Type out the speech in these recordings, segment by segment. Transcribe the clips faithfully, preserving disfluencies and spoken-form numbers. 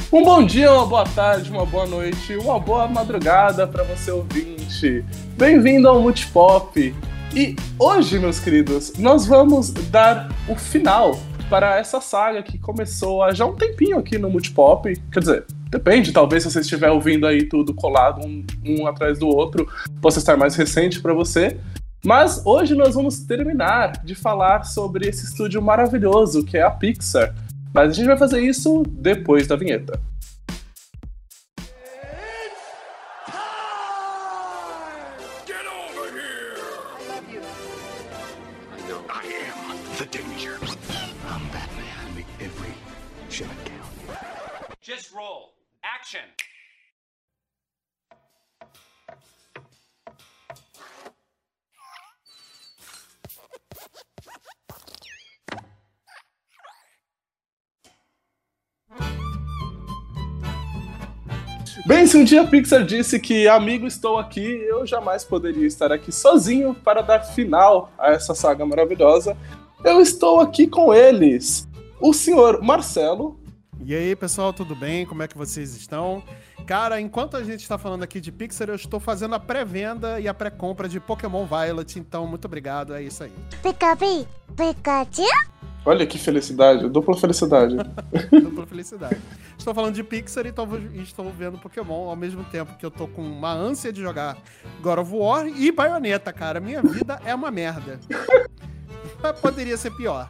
Um bom dia, uma boa tarde, uma boa noite, uma boa madrugada para você ouvinte. Bem-vindo ao Multipop. E hoje, meus queridos, nós vamos dar o final para essa saga que começou há já um tempinho aqui no Multipop. Quer dizer, depende, talvez se você estiver ouvindo aí tudo colado um, um atrás do outro, possa estar mais recente para você. Mas hoje nós vamos terminar de falar sobre esse estúdio maravilhoso que é a Pixar. Mas a gente vai fazer isso depois da vinheta. Just roll. Action. Bem, se um dia a Pixar disse que amigo, estou aqui, eu jamais poderia estar aqui sozinho para dar final a essa saga maravilhosa. Eu estou aqui com eles, o senhor Marcelo. E aí, pessoal, tudo bem? Como é que vocês estão? Cara, enquanto a gente está falando aqui de Pixar, eu estou fazendo a pré-venda e a pré-compra de Pokémon Violet, então muito obrigado, é isso aí. Pikachu? Pikachu? Olha que felicidade, dupla felicidade. Dupla felicidade. Estou falando de Pixar e estou, e estou vendo Pokémon ao mesmo tempo que eu tô com uma ânsia de jogar God of War e Bayonetta, cara. Minha vida é uma merda. Poderia ser pior.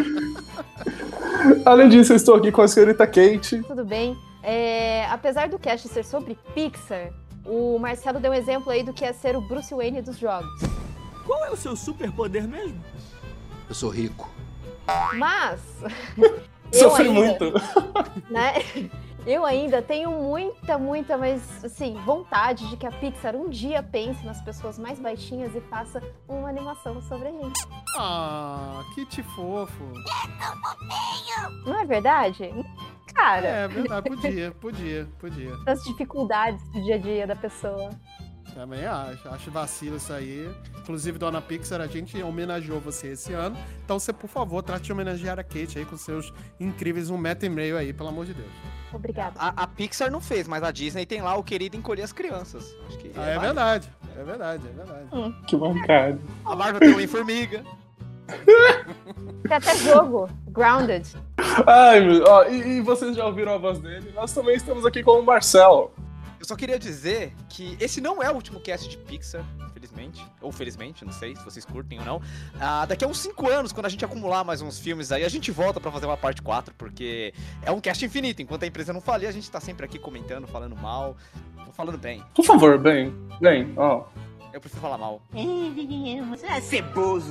Além disso, eu estou aqui com a senhorita Kate. Tudo bem. É, apesar do cast ser sobre Pixar, o Marcelo deu um exemplo aí do que é ser o Bruce Wayne dos jogos. Qual é o seu superpoder mesmo? Eu sou rico. Mas... Sofri ainda, muito. Né? Eu ainda tenho muita, muita, mas assim, vontade de que a Pixar um dia pense nas pessoas mais baixinhas e faça uma animação sobre a gente. Ah, que te fofo. Não é verdade? Cara... É, verdade, podia, podia, podia. Das dificuldades do dia a dia da pessoa. Também acho, acho vacilo isso aí. Inclusive, dona Pixar, a gente homenageou você esse ano. Então, você, por favor, trate de homenagear a Kate aí com seus incríveis um metro e meio aí, pelo amor de Deus. Obrigada. A, a Pixar não fez, mas a Disney tem lá o querido encolher as crianças. Acho que ah, é, é verdade, é verdade, é verdade. Hum. Que mancada. A Marvel tem o Homem-Formiga. Tem até jogo, Grounded. Ai, meu, ó, e, e vocês já ouviram a voz dele? Nós também estamos aqui com o Marcelo. Eu só queria dizer que esse não é o último cast de Pixar, infelizmente. Ou felizmente, não sei se vocês curtem ou não. Ah, daqui a uns cinco anos, quando a gente acumular mais uns filmes aí, a gente volta pra fazer uma parte quatro, porque é um cast infinito. Enquanto a empresa não falir, a gente tá sempre aqui comentando, falando mal, ou falando bem. Por favor, bem, bem, ó. Eu prefiro falar mal. Você é ceboso.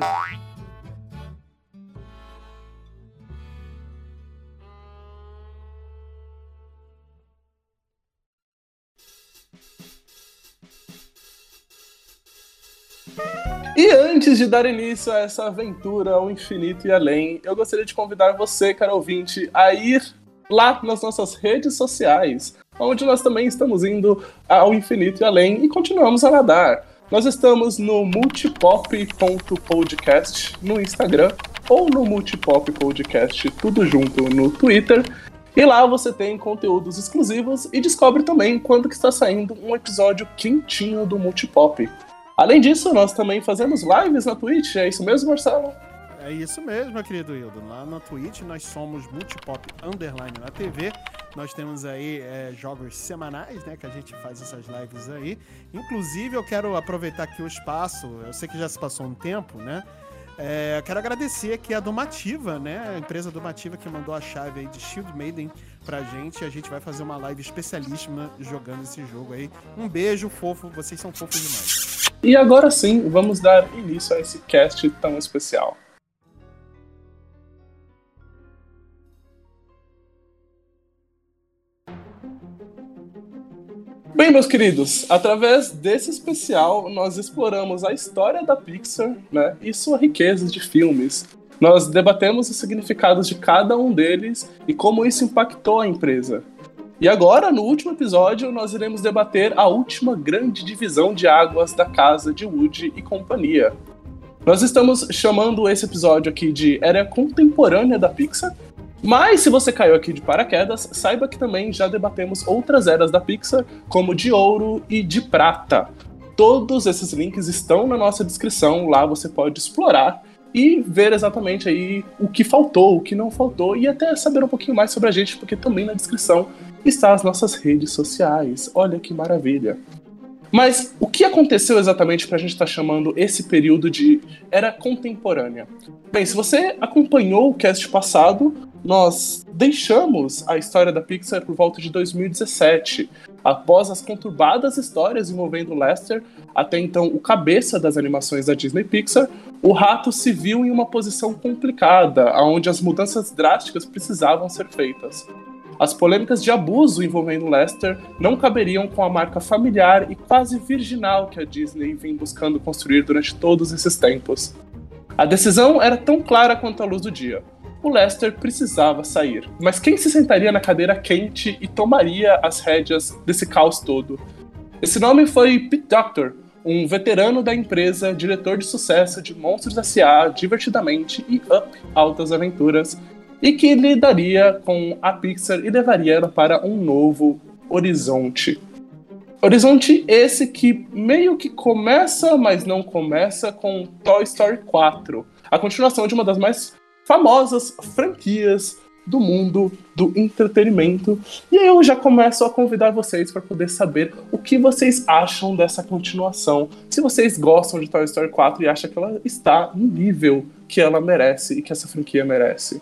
E antes de dar início a essa aventura ao infinito e além, eu gostaria de convidar você, caro ouvinte, a ir lá nas nossas redes sociais, onde nós também estamos indo ao infinito e além e continuamos a nadar. Nós estamos no multipop ponto podcast no Instagram ou no Multipop Podcast, tudo junto no Twitter. E lá você tem conteúdos exclusivos e descobre também quando que está saindo um episódio quentinho do Multipop. Além disso, nós também fazemos lives na Twitch, é isso mesmo, Marcelo? É isso mesmo, meu querido Hildo. Lá na Twitch nós somos Multipop Underline na T V. Nós temos aí é, jogos semanais, né, que a gente faz essas lives aí. Inclusive, eu quero aproveitar aqui o espaço, eu sei que já se passou um tempo, né? É, eu quero agradecer aqui a Domativa, né? A empresa Domativa que mandou a chave aí de Shield Maiden pra gente. A gente vai fazer uma live especialíssima jogando esse jogo aí. Um beijo, fofo, vocês são fofos demais. E agora sim, vamos dar início a esse cast tão especial. Bem, meus queridos, através desse especial, nós exploramos a história da Pixar, né, e sua riqueza de filmes. Nós debatemos os significados de cada um deles e como isso impactou a empresa. E agora, no último episódio, nós iremos debater a última grande divisão de águas da casa de Woody e companhia. Nós estamos chamando esse episódio aqui de Era Contemporânea da Pixar, Mas se você caiu aqui de paraquedas, saiba que também já debatemos outras eras da Pixar, como de ouro e de prata. Todos esses links estão na nossa descrição, lá você pode explorar e ver exatamente aí o que faltou, o que não faltou, e até saber um pouquinho mais sobre a gente, porque também na descrição está as nossas redes sociais. Olha que maravilha! Mas o que aconteceu exatamente para a gente estar chamando esse período de era contemporânea? Bem, se você acompanhou o cast passado, nós deixamos a história da Pixar por volta de dois mil e dezessete. Após as conturbadas histórias envolvendo Lester, até então o cabeça das animações da Disney Pixar, o rato se viu em uma posição complicada, onde as mudanças drásticas precisavam ser feitas. As polêmicas de abuso envolvendo Lester não caberiam com a marca familiar e quase virginal que a Disney vem buscando construir durante todos esses tempos. A decisão era tão clara quanto a luz do dia. O Lester precisava sair, mas quem se sentaria na cadeira quente e tomaria as rédeas desse caos todo? Esse nome foi Pete Docter, um veterano da empresa, diretor de sucesso de Monstros S A, Divertidamente e Up, Altas Aventuras, e que lidaria com a Pixar e levaria ela para um novo horizonte. Horizonte esse que meio que começa, mas não começa, com Toy Story quatro, a continuação de uma das mais famosas franquias do mundo do entretenimento. E aí eu já começo a convidar vocês para poder saber o que vocês acham dessa continuação. Se vocês gostam de Toy Story quatro e acham que ela está no nível que ela merece e que essa franquia merece.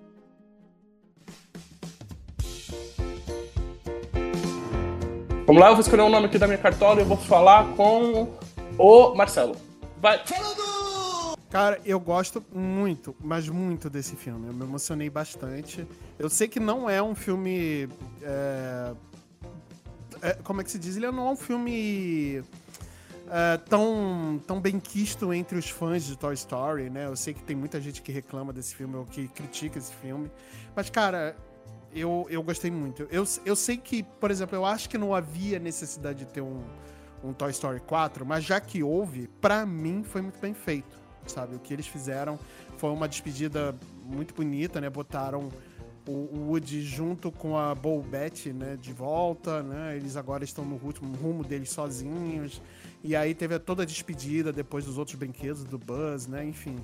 Vamos lá, eu vou escolher um nome aqui da minha cartola e eu vou falar com o Marcelo. Vai! Cara, eu gosto muito, mas muito desse filme. Eu me emocionei bastante. Eu sei que não é um filme... É... É, como é que se diz? Ele não é um filme é, tão, tão bem quisto entre os fãs de Toy Story, né? Eu sei que tem muita gente que reclama desse filme ou que critica esse filme. Mas, cara... Eu, eu gostei muito. Eu, eu sei que, por exemplo, eu acho que não havia necessidade de ter um, um Toy Story quatro, mas já que houve, pra mim foi muito bem feito, sabe? O que eles fizeram foi uma despedida muito bonita, né? Botaram o, o Woody junto com a Bo Betty, né? De volta, né? Eles agora estão no último rumo deles sozinhos. E aí teve toda a despedida depois dos outros brinquedos do Buzz, né? Enfim...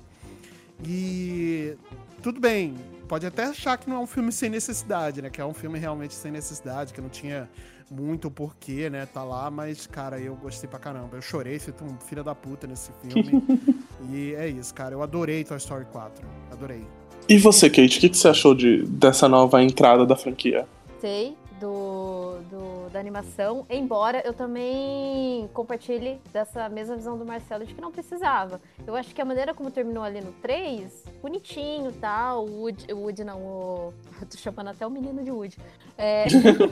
E tudo bem, pode até achar que não é um filme sem necessidade, né? Que é um filme realmente sem necessidade, que não tinha muito porquê, né? Tá lá, mas, cara, eu gostei pra caramba. Eu chorei, feito um filho da puta nesse filme. E é isso, cara. Eu adorei Toy Story quatro. Adorei. E você, Kate, o que, que você achou de, dessa nova entrada da franquia? Sei do, do, da animação, embora eu também compartilhe dessa mesma visão do Marcelo de que não precisava. Eu acho que a maneira como terminou ali no três, bonitinho e tal, o Woody, o Woody não, o... eu tô chamando até o menino de Woody. É...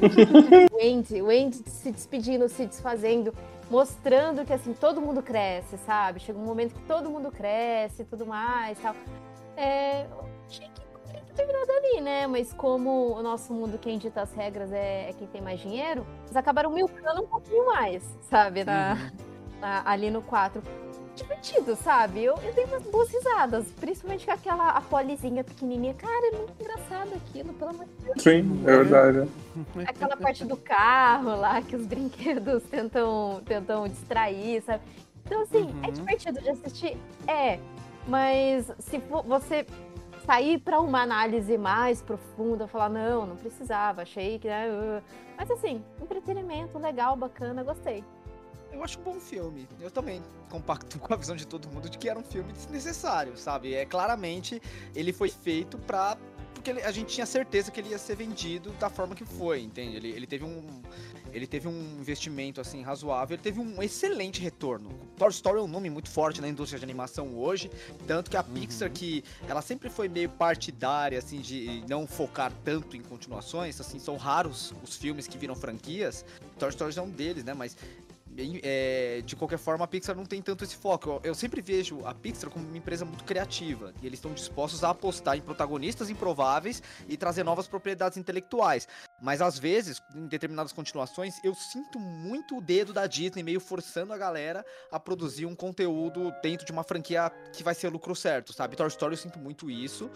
o Andy, o Andy se despedindo, se desfazendo, mostrando que assim, todo mundo cresce, sabe? Chega um momento que todo mundo cresce e tudo mais e tal. É... Achei que terminado ali, né? Mas como o nosso mundo, quem dita as regras é, é quem tem mais dinheiro, eles acabaram milcando um pouquinho mais, sabe? Na, uhum. na, ali no quatro. Divertido, sabe? Eu, eu dei umas boas risadas, principalmente com aquela a polizinha pequenininha. Cara, é muito engraçado aquilo, pelo amor de Deus. Sim, é verdade. Aquela parte do carro lá, que os brinquedos tentam, tentam distrair, sabe? Então, assim, uhum. é divertido de assistir? É. Mas se você... sair para uma análise mais profunda, falar, não, não precisava, achei que... Né, mas assim, entretenimento, legal, bacana, gostei. Eu acho um bom filme. Eu também compacto com a visão de todo mundo de que era um filme desnecessário, sabe? É, claramente, ele foi feito pra... Porque ele, a gente tinha certeza que ele ia ser vendido da forma que foi, entende? Ele, ele teve um... Ele teve um investimento, assim, razoável. Ele teve um excelente retorno. Toy Story é um nome muito forte na indústria de animação hoje. Tanto que a uhum. Pixar, que ela sempre foi meio partidária, assim, de não focar tanto em continuações. Assim, são raros os filmes que viram franquias. Toy Story é um deles, né? Mas... É, de qualquer forma, a Pixar não tem tanto esse foco. Eu, eu sempre vejo a Pixar como uma empresa muito criativa, e eles estão dispostos a apostar em protagonistas improváveis e trazer novas propriedades intelectuais. Mas às vezes, em determinadas continuações, eu sinto muito o dedo da Disney meio forçando a galera a produzir um conteúdo dentro de uma franquia que vai ser lucro certo, sabe? Toy Story eu sinto muito isso,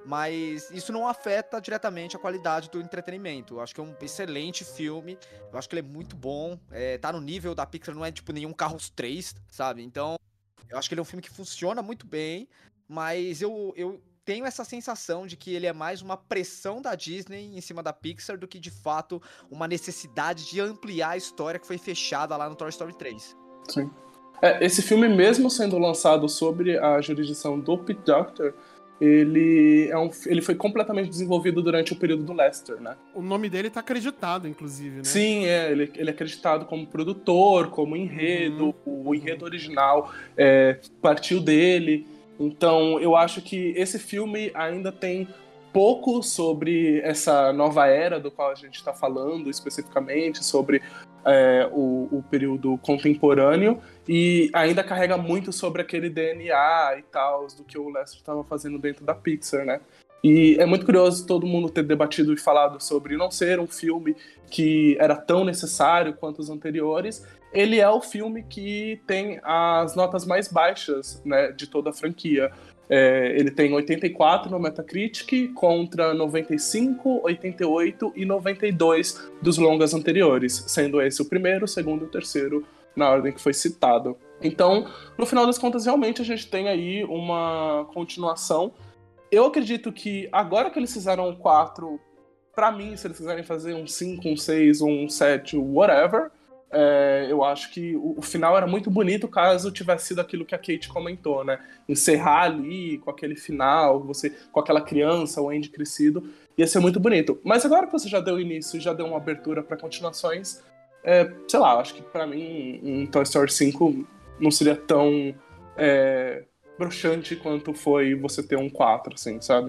mas isso não afeta diretamente a qualidade do entretenimento. Eu acho que é um excelente filme, eu acho que ele é muito bom, é, tá no nível da Pixar, não é tipo nenhum Carros três, sabe? Então, eu acho que ele é um filme que funciona muito bem, mas eu, eu tenho essa sensação de que ele é mais uma pressão da Disney em cima da Pixar do que, de fato, uma necessidade de ampliar a história que foi fechada lá no Toy Story três. Sim. É, esse filme, mesmo sendo lançado sobre a jurisdição do Pete Docter, ele, é um, ele foi completamente desenvolvido durante o período do Lester, né? O nome dele tá acreditado, inclusive, né? Sim, é, ele, ele é acreditado como produtor, como enredo, Uhum. o enredo original é, partiu dele. Então, eu acho que esse filme ainda tem pouco sobre essa nova era do qual a gente está falando, especificamente sobre é, o, o período contemporâneo, e ainda carrega muito sobre aquele D N A e tal, do que o Lester estava fazendo dentro da Pixar, né? E é muito curioso todo mundo ter debatido e falado sobre não ser um filme que era tão necessário quanto os anteriores. Ele é o filme que tem as notas mais baixas, né, de toda a franquia. É, ele tem oitenta e quatro no Metacritic contra noventa e cinco, oitenta e oito e noventa e dois dos longas anteriores, sendo esse o primeiro, o segundo e o terceiro na ordem que foi citado. Então, no final das contas, realmente a gente tem aí uma continuação. Eu acredito que agora que eles fizeram um quatro, pra mim, se eles quiserem fazer um cinco, um seis, um sete, whatever, é, eu acho que o, o final era muito bonito caso tivesse sido aquilo que a Kate comentou, né? Encerrar ali com aquele final, você com aquela criança, o Andy crescido, ia ser muito bonito. Mas agora que você já deu início, já deu uma abertura pra continuações, é, sei lá, acho que pra mim um Toy Story cinco não seria tão é, broxante quanto foi você ter um quatro, assim, sabe?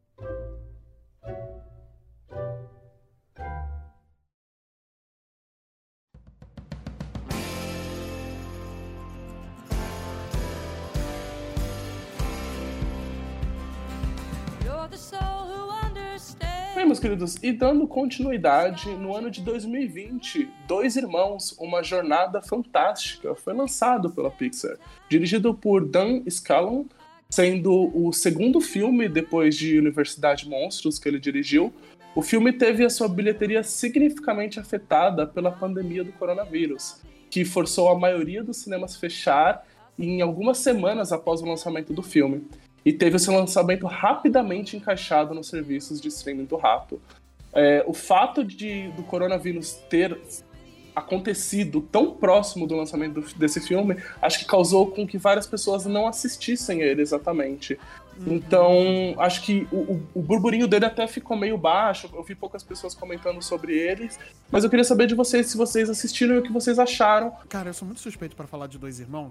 Bem, meus queridos, e dando continuidade, no ano de dois mil e vinte, Dois Irmãos, Uma Jornada Fantástica foi lançado pela Pixar, dirigido por Dan Scanlon, sendo o segundo filme depois de Universidade Monstros que ele dirigiu. O filme teve a sua bilheteria significativamente afetada pela pandemia do coronavírus, que forçou a maioria dos cinemas fechar em algumas semanas após o lançamento do filme. E teve o seu lançamento rapidamente encaixado nos serviços de streaming do Rato. É, o fato de, do coronavírus ter acontecido tão próximo do lançamento do, desse filme, acho que causou com que várias pessoas não assistissem ele exatamente. Uhum. Então, acho que o, o, o burburinho dele até ficou meio baixo, eu vi poucas pessoas comentando sobre eles, mas eu queria saber de vocês se vocês assistiram e o que vocês acharam. Cara, eu sou muito suspeito para falar de Dois Irmãos,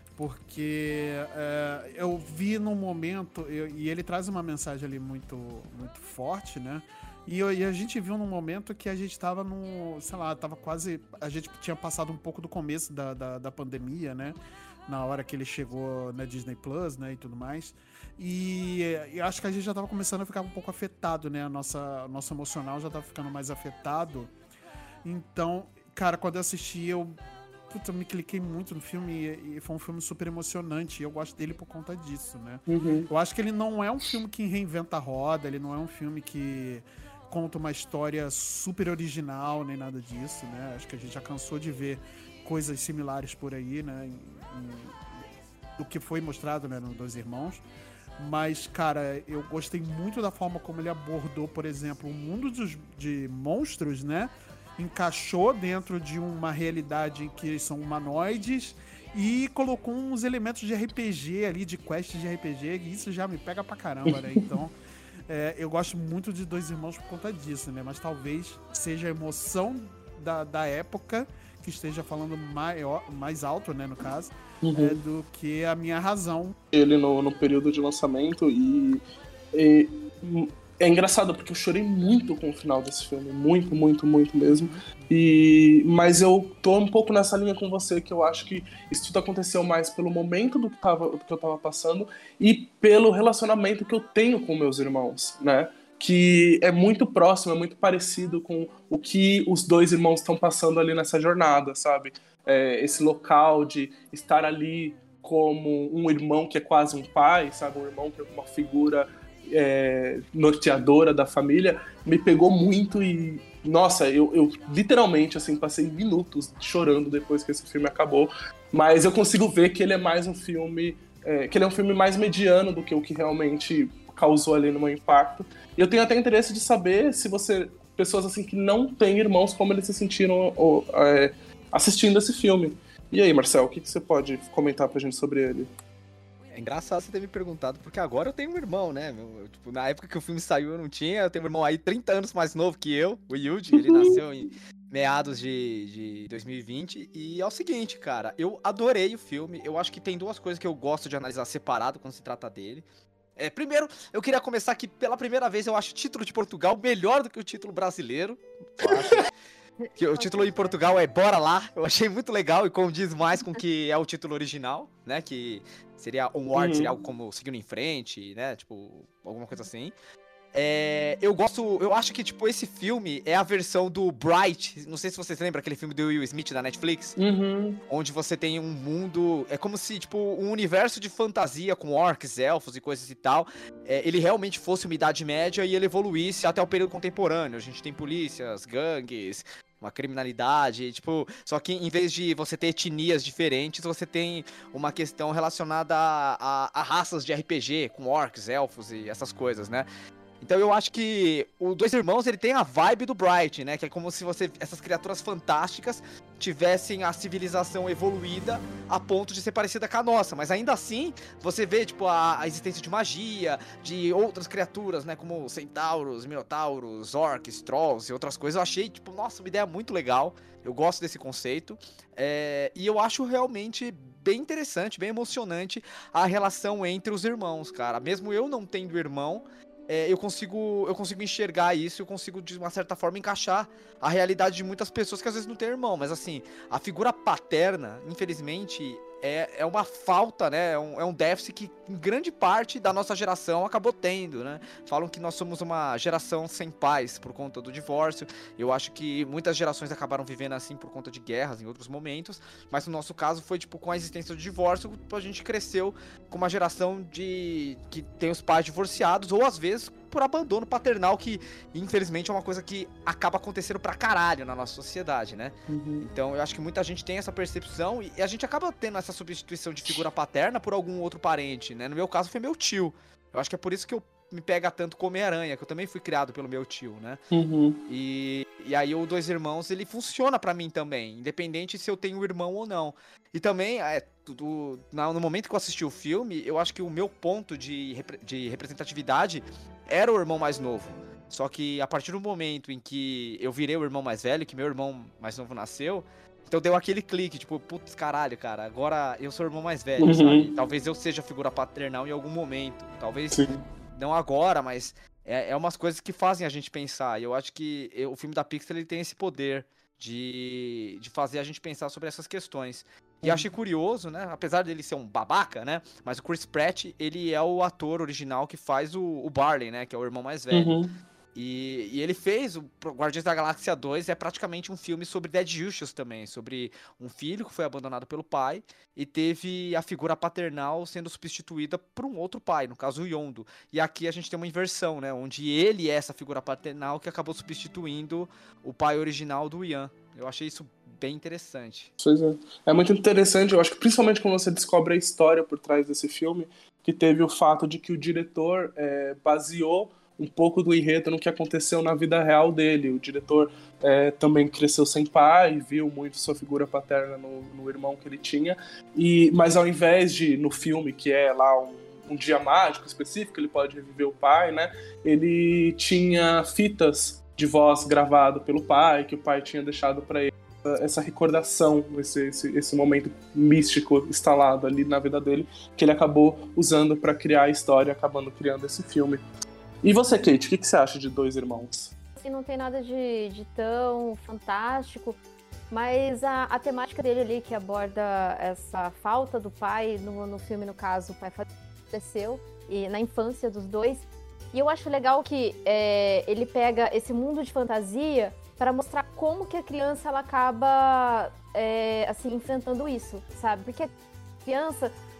porque é, eu vi num momento, eu, e ele traz uma mensagem ali muito, muito forte, né? E, eu, e a gente viu num momento que a gente tava no, sei lá, tava quase, a gente tinha passado um pouco do começo da, da, da pandemia, né? Na hora que ele chegou na Disney Plus, né, e tudo mais. E, e acho que a gente já tava começando a ficar um pouco afetado, né? A nossa, nosso emocional já tava ficando mais afetado. Então, cara, quando eu assisti, eu Puta, eu me cliquei muito no filme e, e foi um filme super emocionante. E eu gosto dele por conta disso, né? Uhum. Eu acho que ele não é um filme que reinventa a roda, ele não é um filme que conta uma história super original, nem nada disso, né? Acho que a gente já cansou de ver coisas similares por aí, né? Em, em, do que foi mostrado, né, no Dois Irmãos. Mas, cara, eu gostei muito da forma como ele abordou, por exemplo, o mundo dos, de monstros, né? Encaixou dentro de uma realidade em que eles são humanoides e colocou uns elementos de R P G ali, de quests de R P G, e isso já me pega pra caramba, né? Então, é, eu gosto muito de Dois Irmãos por conta disso, né? Mas talvez seja a emoção da, da época que esteja falando maior, mais alto, né, no caso, uhum. é, do que a minha razão. Ele no, no período de lançamento e... e... É engraçado, porque eu chorei muito com o final desse filme. Muito, muito, muito mesmo. E... Mas eu tô um pouco nessa linha com você, que eu acho que isso tudo aconteceu mais pelo momento do que, tava, do que eu tava passando e pelo relacionamento que eu tenho com meus irmãos, né? Que é muito próximo, é muito parecido com o que os dois irmãos estão passando ali nessa jornada, sabe? É, esse local de estar ali como um irmão que é quase um pai, sabe? Um irmão que é uma figura... é, norteadora da família, me pegou muito e, nossa, eu, eu literalmente, assim, passei minutos chorando depois que esse filme acabou, mas eu consigo ver que ele é mais um filme, é, que ele é um filme mais mediano do que o que realmente causou ali no meu impacto. E eu tenho até interesse de saber se você, pessoas assim que não têm irmãos, como eles se sentiram ou, é, assistindo esse filme. E aí, Marcel, o que, que você pode comentar pra gente sobre ele? É engraçado você ter me perguntado, porque agora eu tenho um irmão, né? meu? Eu, tipo, na época que o filme saiu eu não tinha, eu tenho um irmão aí trinta anos mais novo que eu, o Yuji, ele nasceu em meados de, de dois mil e vinte, e é o seguinte, cara, eu adorei o filme, eu acho que tem duas coisas que eu gosto de analisar separado quando se trata dele. É, primeiro, eu queria começar que pela primeira vez eu acho o título de Portugal melhor do que o título brasileiro. Eu acho que o título em Portugal é Bora Lá. Eu achei muito legal e condiz mais com o que é o título original, né? Que seria Onward, Uhum. seria algo como Seguindo em Frente, né? Tipo, alguma coisa assim. É, eu gosto, eu acho que, tipo, esse filme é a versão do Bright. Não sei se vocês lembram aquele filme do Will Smith da Netflix. Uhum. Onde você tem um mundo, é como se, tipo, um universo de fantasia com orcs, elfos e coisas e tal, é, ele realmente fosse uma idade média e ele evoluísse até o período contemporâneo. A gente tem polícias, gangues, uma criminalidade, tipo, só que em vez de você ter etnias diferentes, você tem uma questão relacionada a, a, a raças de R P G, com orcs, elfos e essas coisas, né? Então eu acho que o Dois Irmãos, ele tem a vibe do Bright, né? Que é como se você, essas criaturas fantásticas tivessem a civilização evoluída a ponto de ser parecida com a nossa. Mas ainda assim, você vê, tipo, a, a existência de magia, de outras criaturas, né? Como centauros, minotauros, orcs, trolls e outras coisas. Eu achei, tipo, nossa, uma ideia muito legal. Eu gosto desse conceito. É, e eu acho realmente bem interessante, bem emocionante a relação entre os irmãos, cara. Mesmo eu não tendo irmão, É, eu consigo eu consigo enxergar isso, eu consigo de uma certa forma encaixar a realidade de muitas pessoas que às vezes não têm irmão, mas assim, a figura paterna, infelizmente, é, é uma falta, né, é um, é um déficit que em grande parte da nossa geração acabou tendo, né, falam que nós somos uma geração sem pais por conta do divórcio. Eu acho que muitas gerações acabaram vivendo assim por conta de guerras em outros momentos, mas no nosso caso foi tipo com a existência do divórcio, a gente cresceu com uma geração de que tem os pais divorciados, ou às vezes por abandono paternal, que infelizmente é uma coisa que acaba acontecendo pra caralho na nossa sociedade, né? Uhum. Então eu acho que muita gente tem essa percepção e a gente acaba tendo essa substituição de figura paterna por algum outro parente, né? No meu caso foi meu tio. Eu acho que é por isso que eu me pega tanto com Homem-Aranha, que eu também fui criado pelo meu tio, né? Uhum. E, e aí o Dois Irmãos, ele funciona pra mim também, independente se eu tenho irmão ou não. E também, é, do, na, no momento que eu assisti o filme, eu acho que o meu ponto de, repre, de representatividade era o irmão mais novo. Só que a partir do momento em que eu virei o irmão mais velho, que meu irmão mais novo nasceu, então deu aquele clique, tipo, putz, caralho, cara, agora eu sou o irmão mais velho, Uhum. sabe? Talvez eu seja a figura paternal em algum momento, talvez Sim. não agora, mas é, é umas coisas que fazem a gente pensar. E eu acho que eu- o filme da Pixar, ele tem esse poder de, de fazer a gente pensar sobre essas questões. E eu achei curioso, né? Apesar dele ser um babaca, né? Mas o Chris Pratt, ele é o ator original que faz o, o Barley, né? Que é o irmão mais velho. Uhum. E, e ele fez o Guardiões da Galáxia dois, é praticamente um filme sobre Dead Issues também, sobre um filho que foi abandonado pelo pai e teve a figura paternal sendo substituída por um outro pai, no caso o Yondo. E aqui a gente tem uma inversão, né, onde ele é essa figura paternal que acabou substituindo o pai original do Ian. Eu achei isso bem interessante. Pois é. É muito interessante, eu acho que principalmente quando você descobre a história por trás desse filme, que teve o fato de que o diretor é, baseou um pouco do enredo no que aconteceu na vida real dele. O diretor é, também cresceu sem pai, viu muito sua figura paterna no, no irmão que ele tinha, e, mas ao invés de, no filme, que é lá um, um dia mágico específico, ele pode reviver o pai, né? Ele tinha fitas de voz gravado pelo pai, que o pai tinha deixado para ele, essa recordação, esse, esse, esse momento místico instalado ali na vida dele, que ele acabou usando para criar a história, acabando criando esse filme. E você, Kate, o que, que você acha de Dois Irmãos? Assim, não tem nada de, de tão fantástico, mas a, a temática dele ali, que aborda essa falta do pai, no, no filme, no caso, o pai faleceu, e na infância dos dois. E eu acho legal que é, ele pega esse mundo de fantasia para mostrar como que a criança ela acaba é, assim, enfrentando isso, sabe? Porque a criança,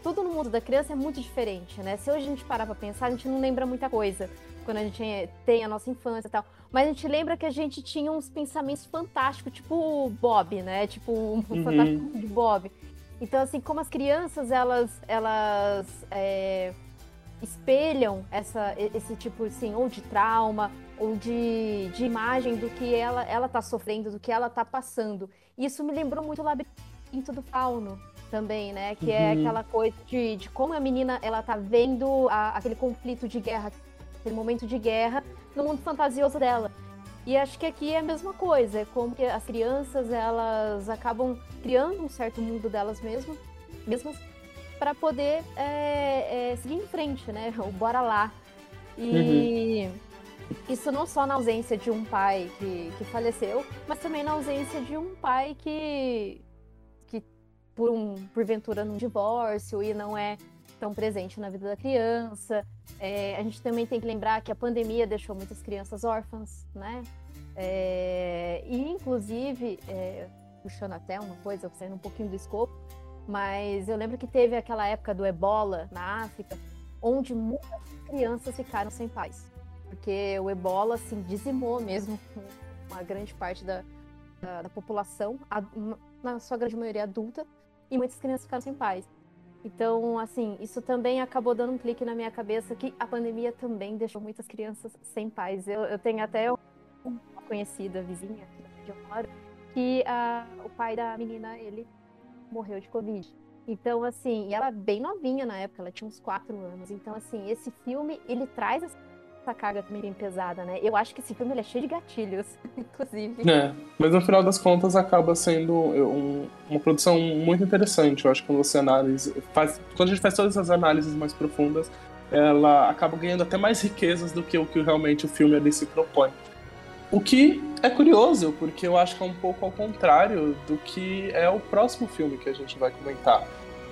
tudo no mundo da criança é muito diferente, né? Se hoje a gente parar pra pensar, a gente não lembra muita coisa quando a gente tem a nossa infância e tal. Mas a gente lembra que a gente tinha uns pensamentos fantásticos, tipo o Bob, né? Tipo um Uhum. fantástico de Bob. Então, assim, como as crianças, elas, elas é, espelham essa, esse tipo, assim, ou de trauma, ou de, de imagem do que ela, ela tá sofrendo, do que ela tá passando. Isso me lembrou muito o Labirinto do Fauno também, né? Que é Uhum. aquela coisa de, de como a menina, ela tá vendo a, aquele conflito de guerra, aquele momento de guerra no mundo fantasioso dela. E acho que aqui é a mesma coisa, é como que as crianças, elas acabam criando um certo mundo delas mesmas, mesmas para poder é, é, seguir em frente, né? O bora lá. E isso não só na ausência de um pai que, que faleceu, mas também na ausência de um pai que, que por um, porventura, num divórcio e não é tão presente na vida da criança. É, a gente também tem que lembrar que a pandemia deixou muitas crianças órfãs, né? É, e, inclusive, é, puxando até uma coisa, saindo um pouquinho do escopo, mas eu lembro que teve aquela época do ebola na África, onde muitas crianças ficaram sem pais. Porque o ebola, assim, dizimou mesmo uma grande parte da, da, da população, na sua grande maioria adulta, e muitas crianças ficaram sem pais. Então, assim, isso também acabou dando um clique na minha cabeça que a pandemia também deixou muitas crianças sem pais. Eu, eu tenho até uma conhecida vizinha, onde eu moro, que a, o pai da menina, ele morreu de Covid. Então, assim, e ela bem novinha na época, ela tinha uns quatro anos. Então, assim, esse filme, ele traz essa carga também bem pesada, né? Eu acho que esse filme ele é cheio de gatilhos, inclusive. É, mas no final das contas acaba sendo um, uma produção muito interessante. Eu acho que quando você analisa, faz, quando a gente faz todas essas análises mais profundas, ela acaba ganhando até mais riquezas do que o que realmente o filme ali se propõe. O que é curioso, porque eu acho que é um pouco ao contrário do que é o próximo filme que a gente vai comentar.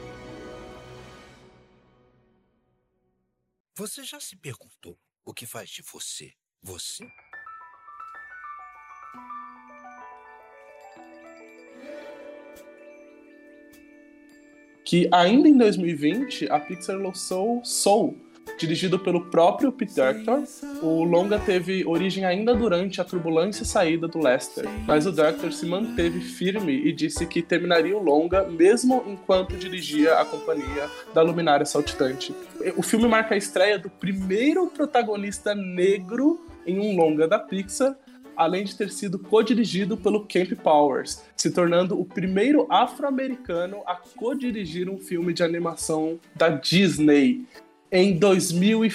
Você já se perguntou o que faz de você, você? Que ainda em dois mil e vinte, a Pixar lançou Soul, dirigido pelo próprio Pete Docter. O longa teve origem ainda durante a turbulência saída do Lester, mas o Docter se manteve firme e disse que terminaria o longa mesmo enquanto dirigia a companhia da luminária saltitante. O filme marca a estreia do primeiro protagonista negro em um longa da Pixar, além de ter sido co-dirigido pelo Kemp Powers, se tornando o primeiro afro-americano a co-dirigir um filme de animação da Disney. Em dois mil e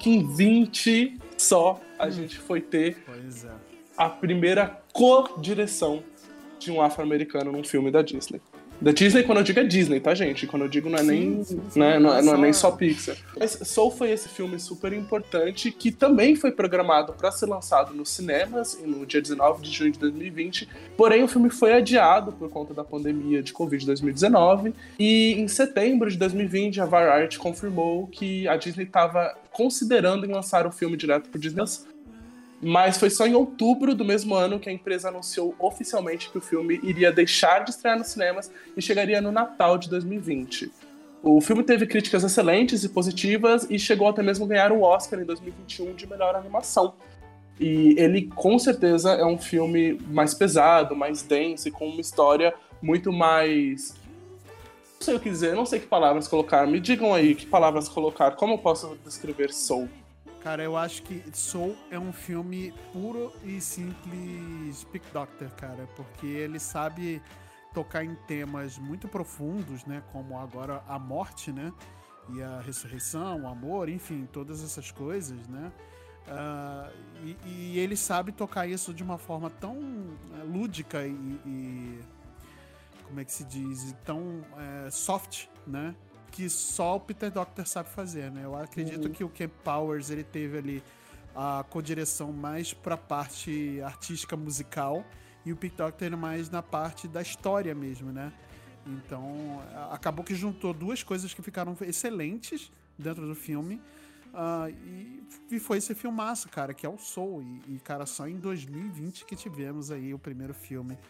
vinte só a gente foi ter Pois é. a primeira co-direção de um afro-americano num filme da Disney. Da Disney, quando eu digo é Disney, tá, gente? Quando eu digo não é Sim, nem, sim, sim. né, não é, não é Só- nem só Pixar. Mas Soul foi esse filme super importante que também foi programado para ser lançado nos cinemas no dia dezenove de junho de dois mil e vinte. Porém, o filme foi adiado por conta da pandemia de Covid dois mil e dezenove. E em setembro de dois mil e vinte, a Variety confirmou que a Disney estava considerando em lançar o filme direto pro Disney Plus. Mas foi só em outubro do mesmo ano que a empresa anunciou oficialmente que o filme iria deixar de estrear nos cinemas e chegaria no Natal de dois mil e vinte. O filme teve críticas excelentes e positivas e chegou até mesmo a ganhar o Oscar em dois mil e vinte e um de melhor animação. E ele, com certeza, é um filme mais pesado, mais denso e com uma história muito mais... Não sei o que dizer, não sei que palavras colocar. Me digam aí que palavras colocar. Como eu posso descrever Soul? Cara, eu acho que Soul é um filme puro e simples Pete Docter, cara, porque ele sabe tocar em temas muito profundos, né, como agora a morte, né, e a ressurreição, o amor, enfim, todas essas coisas, né, uh, e, e ele sabe tocar isso de uma forma tão uh, lúdica e, e, como é que se diz, e tão uh, soft, né, que só o Peter Docter sabe fazer, né? Eu acredito uhum. que o Kemp Powers, ele teve ali a co-direção mais pra parte artística musical e o Pete Docter mais na parte da história mesmo, né? Então, acabou que juntou duas coisas que ficaram excelentes dentro do filme uh, e, e foi esse filmaço, cara, que é o Soul. E, e, cara, só em dois mil e vinte que tivemos aí o primeiro filme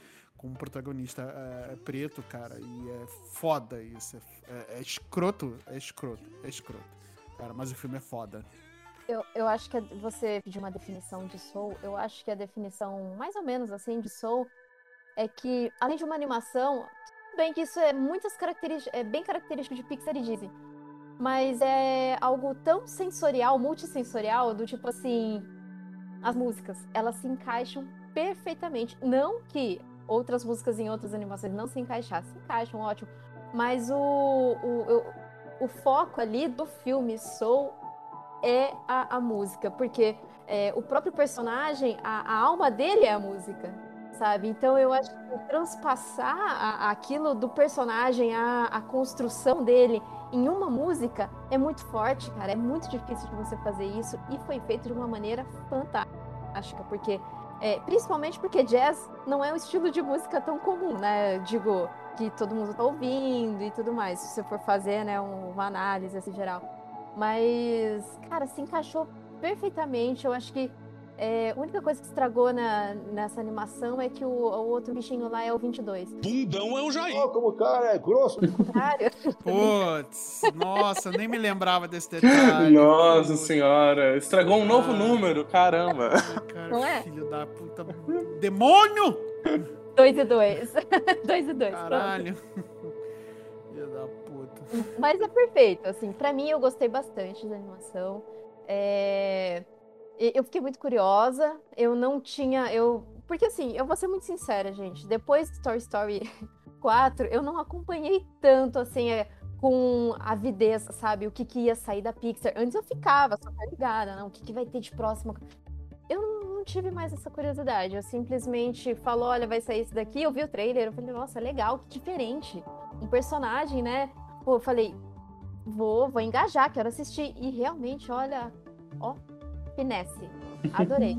com um protagonista é, preto, cara, e é foda isso. É, é escroto, é escroto, é escroto. Cara, mas o filme é foda. Eu, eu acho que você pediu uma definição de Soul, eu acho que a definição, mais ou menos assim, de Soul, é que, além de uma animação, tudo bem que isso é muitas características, é bem característico de Pixar e Disney, mas é algo tão sensorial, multissensorial, do tipo assim, as músicas, elas se encaixam perfeitamente. Não que outras músicas em outras animações não se encaixassem, se encaixam, ótimo, mas o, o, o, o foco ali do filme Soul é a, a música, porque é, o próprio personagem, a, a alma dele é a música, sabe? Então eu acho que transpassar a, aquilo do personagem, a, a construção dele em uma música é muito forte, cara. É muito difícil de você fazer isso e foi feito de uma maneira fantástica, porque é, principalmente porque jazz não é um estilo de música tão comum, né? Digo, que todo mundo tá ouvindo e tudo mais, se você for fazer, né, uma análise assim geral. Mas, cara, se encaixou perfeitamente. Eu acho que é, a única coisa que estragou na, nessa animação é que o, o outro bichinho lá é o vinte e dois. Bundão é o Jair. Oh, como o cara é grosso. Contrário. Putz, nossa, nem me lembrava desse detalhe. Nossa Putz. senhora, estragou um novo Ah. número, caramba. Cara, Não é? filho da puta. Demônio! Dois e dois. Dois e dois. Caralho. Filho da puta. Mas é perfeito, assim, pra mim eu gostei bastante da animação. É... Eu fiquei muito curiosa, eu não tinha, eu... Porque assim, eu vou ser muito sincera, gente, depois de Toy Story quatro, eu não acompanhei tanto, assim, é, com avidez, sabe, o que, que ia sair da Pixar. Antes eu ficava só ligada, não, o que, que vai ter de próximo. Eu não, não tive mais essa curiosidade, eu simplesmente falo, olha, vai sair esse daqui, eu vi o trailer, eu falei, nossa, legal, que diferente. Um personagem, né? Pô, eu falei, vou, vou engajar, quero assistir. E realmente, olha, ó, finesse. Adorei.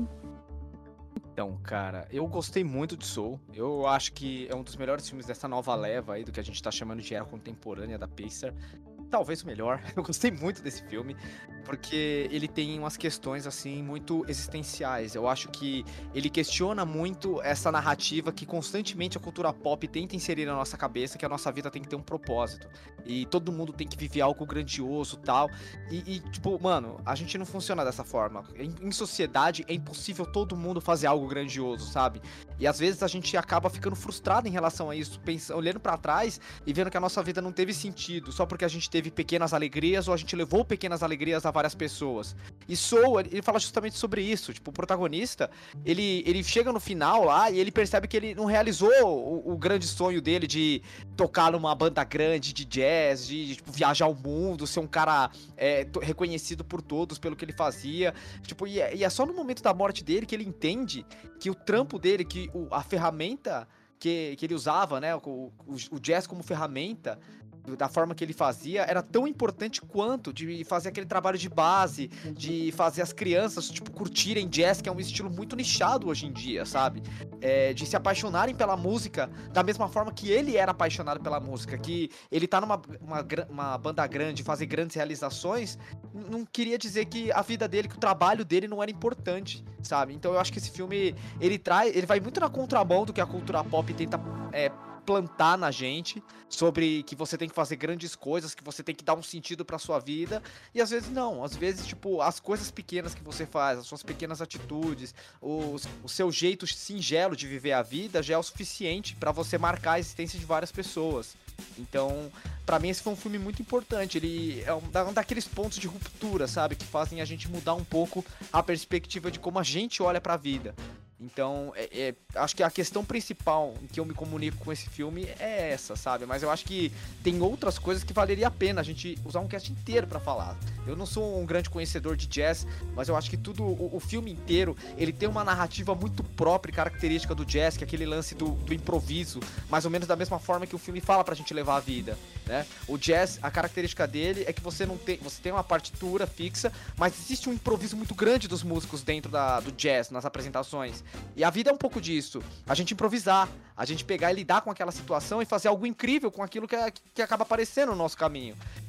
Então, cara, eu gostei muito de Soul. Eu acho que é um dos melhores filmes dessa nova leva aí, do que a gente tá chamando de era contemporânea da Pixar. Talvez o melhor. Eu gostei muito desse filme, porque ele tem umas questões, assim, muito existenciais. Eu acho que ele questiona muito essa narrativa que constantemente a cultura pop tenta inserir na nossa cabeça, que a nossa vida tem que ter um propósito. E todo mundo tem que viver algo grandioso e tal. E, tipo, mano, a gente não funciona dessa forma. Em, em sociedade, é impossível todo mundo fazer algo grandioso, sabe? E às vezes a gente acaba ficando frustrado em relação a isso, pensando, olhando pra trás e vendo que a nossa vida não teve sentido, só porque a gente teve pequenas alegrias ou a gente levou pequenas alegrias a várias pessoas. E Soul, ele fala justamente sobre isso. Tipo, o protagonista, ele, ele chega no final lá e ele percebe que ele não realizou o, o grande sonho dele de tocar numa banda grande de jazz, de, de tipo, viajar o mundo, ser um cara é, to- reconhecido por todos pelo que ele fazia. Tipo, e é, e é só no momento da morte dele que ele entende que o trampo dele, que o, a ferramenta que, que ele usava, né, o, o, o jazz como ferramenta, da forma que ele fazia, era tão importante quanto de fazer aquele trabalho de base, de fazer as crianças, tipo, curtirem jazz, que é um estilo muito nichado hoje em dia, sabe? É, de se apaixonarem pela música da mesma forma que ele era apaixonado pela música, que ele tá numa uma, uma banda grande, fazer grandes realizações, não queria dizer que a vida dele, que o trabalho dele não era importante, sabe? Então eu acho que esse filme, ele traz, ele vai muito na contramão do que a cultura pop tenta é, plantar na gente, sobre que você tem que fazer grandes coisas, que você tem que dar um sentido pra sua vida, e às vezes não, às vezes, tipo, as coisas pequenas que você faz, as suas pequenas atitudes, o, o seu jeito singelo de viver a vida já é o suficiente pra você marcar a existência de várias pessoas. Então, pra mim esse foi um filme muito importante, ele é um, um daqueles pontos de ruptura, sabe, que fazem a gente mudar um pouco a perspectiva de como a gente olha pra vida. Então, é, é, acho que a questão principal em que eu me comunico com esse filme é essa, sabe? Mas eu acho que tem outras coisas que valeria a pena a gente usar um cast inteiro pra falar. Eu não sou um grande conhecedor de jazz, mas eu acho que tudo, o, o filme inteiro, ele tem uma narrativa muito própria e característica do jazz, que é aquele lance do, do improviso, mais ou menos da mesma forma que o filme fala pra gente levar a vida, né? O jazz, a característica dele é que você não tem, você tem uma partitura fixa, mas existe um improviso muito grande dos músicos dentro da, do jazz, nas apresentações. E a vida é um pouco disso, a gente improvisar, a gente pegar e lidar com aquela situação e fazer algo incrível com aquilo que, é, que acaba aparecendo no nosso caminho.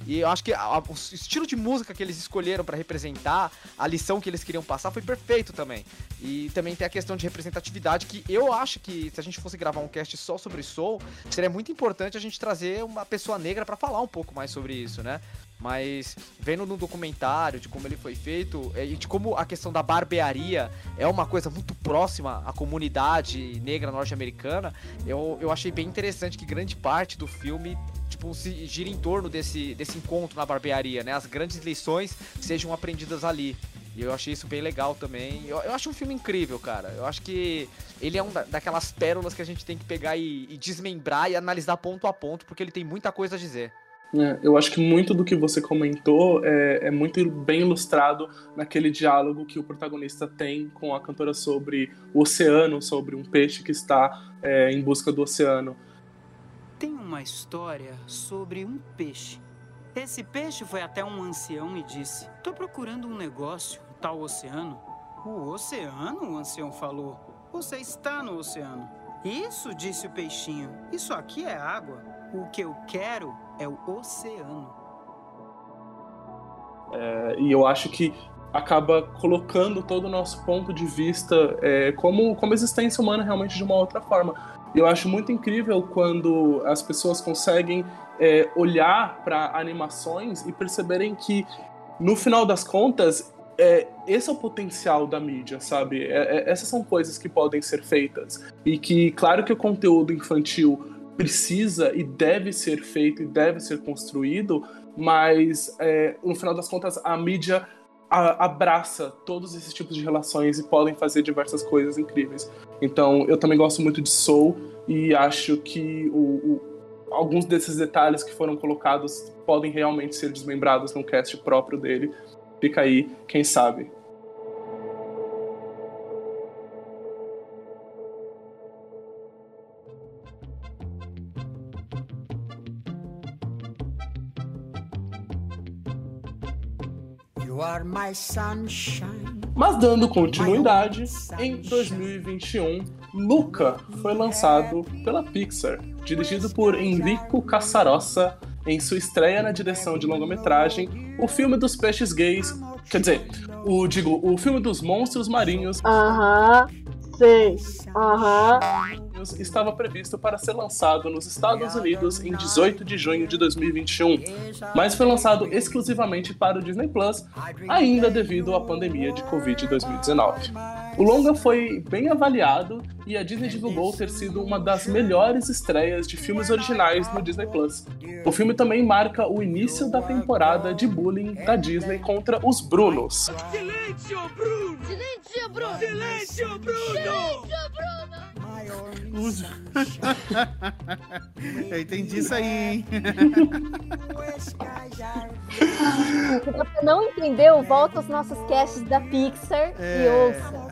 E eu acho que a, a, o estilo de música que eles escolheram pra representar a lição que eles queriam passar foi perfeito também. E também tem a questão de representatividade, que eu acho que se a gente fosse gravar um cast só sobre Soul, seria muito importante a gente trazer uma pessoa negra pra falar um pouco mais sobre isso, né? Mas vendo no documentário de como ele foi feito e de como a questão da barbearia é uma coisa muito próxima à comunidade negra norte-americana, eu, eu achei bem interessante que grande parte do filme tipo, se gira em torno desse, desse encontro na barbearia, né? As grandes lições sejam aprendidas ali. E eu achei isso bem legal também. Eu, eu acho um filme incrível, cara. Eu acho que ele é um da, daquelas pérolas que a gente tem que pegar e, e desmembrar e analisar ponto a ponto, porque ele tem muita coisa a dizer. É, eu acho que muito do que você comentou é, é muito bem ilustrado naquele diálogo que o protagonista tem com a cantora sobre o oceano, sobre um peixe que está é, em busca do oceano. Tem uma história sobre um peixe. Esse peixe foi até um ancião e disse: "Tô procurando um negócio, tal oceano." "O oceano?" o ancião falou. "Você está no oceano." "Isso", disse o peixinho. "Isso aqui é água. O que eu quero é o oceano." É, e eu acho que acaba colocando todo o nosso ponto de vista é, como, como existência humana realmente de uma outra forma. Eu acho muito incrível quando as pessoas conseguem é, olhar para animações e perceberem que, no final das contas, é, esse é o potencial da mídia, sabe? É, é, essas são coisas que podem ser feitas. E que, claro que o conteúdo infantil precisa e deve ser feito e deve ser construído, mas é, no final das contas a mídia a, abraça todos esses tipos de relações e podem fazer diversas coisas incríveis. Então eu também gosto muito de Soul e acho que o, o, alguns desses detalhes que foram colocados podem realmente ser desmembrados num cast próprio dele. Fica aí, quem sabe. Mas dando continuidade, em dois mil e vinte e um, Luca foi lançado pela Pixar, dirigido por Enrico Casarosa, em sua estreia na direção de longa-metragem, o filme dos peixes gays, quer dizer, o, digo, o filme dos monstros marinhos. Aham, sei, aham. Estava previsto para ser lançado nos Estados Unidos em dezoito de junho de dois mil e vinte e um, mas foi lançado exclusivamente para o Disney Plus, ainda devido à pandemia de Covid dois mil e dezenove. O longa foi bem avaliado e a Disney divulgou ter sido uma das melhores estreias de filmes originais no Disney Plus. O filme também marca o início da temporada de bullying da Disney contra os Brunos. Silêncio, Bruno! Silêncio, Bruno! Silêncio, Bruno! Os... Eu entendi isso aí, hein? Se você não entendeu, volta aos nossos casts da Pixar É. e ouça.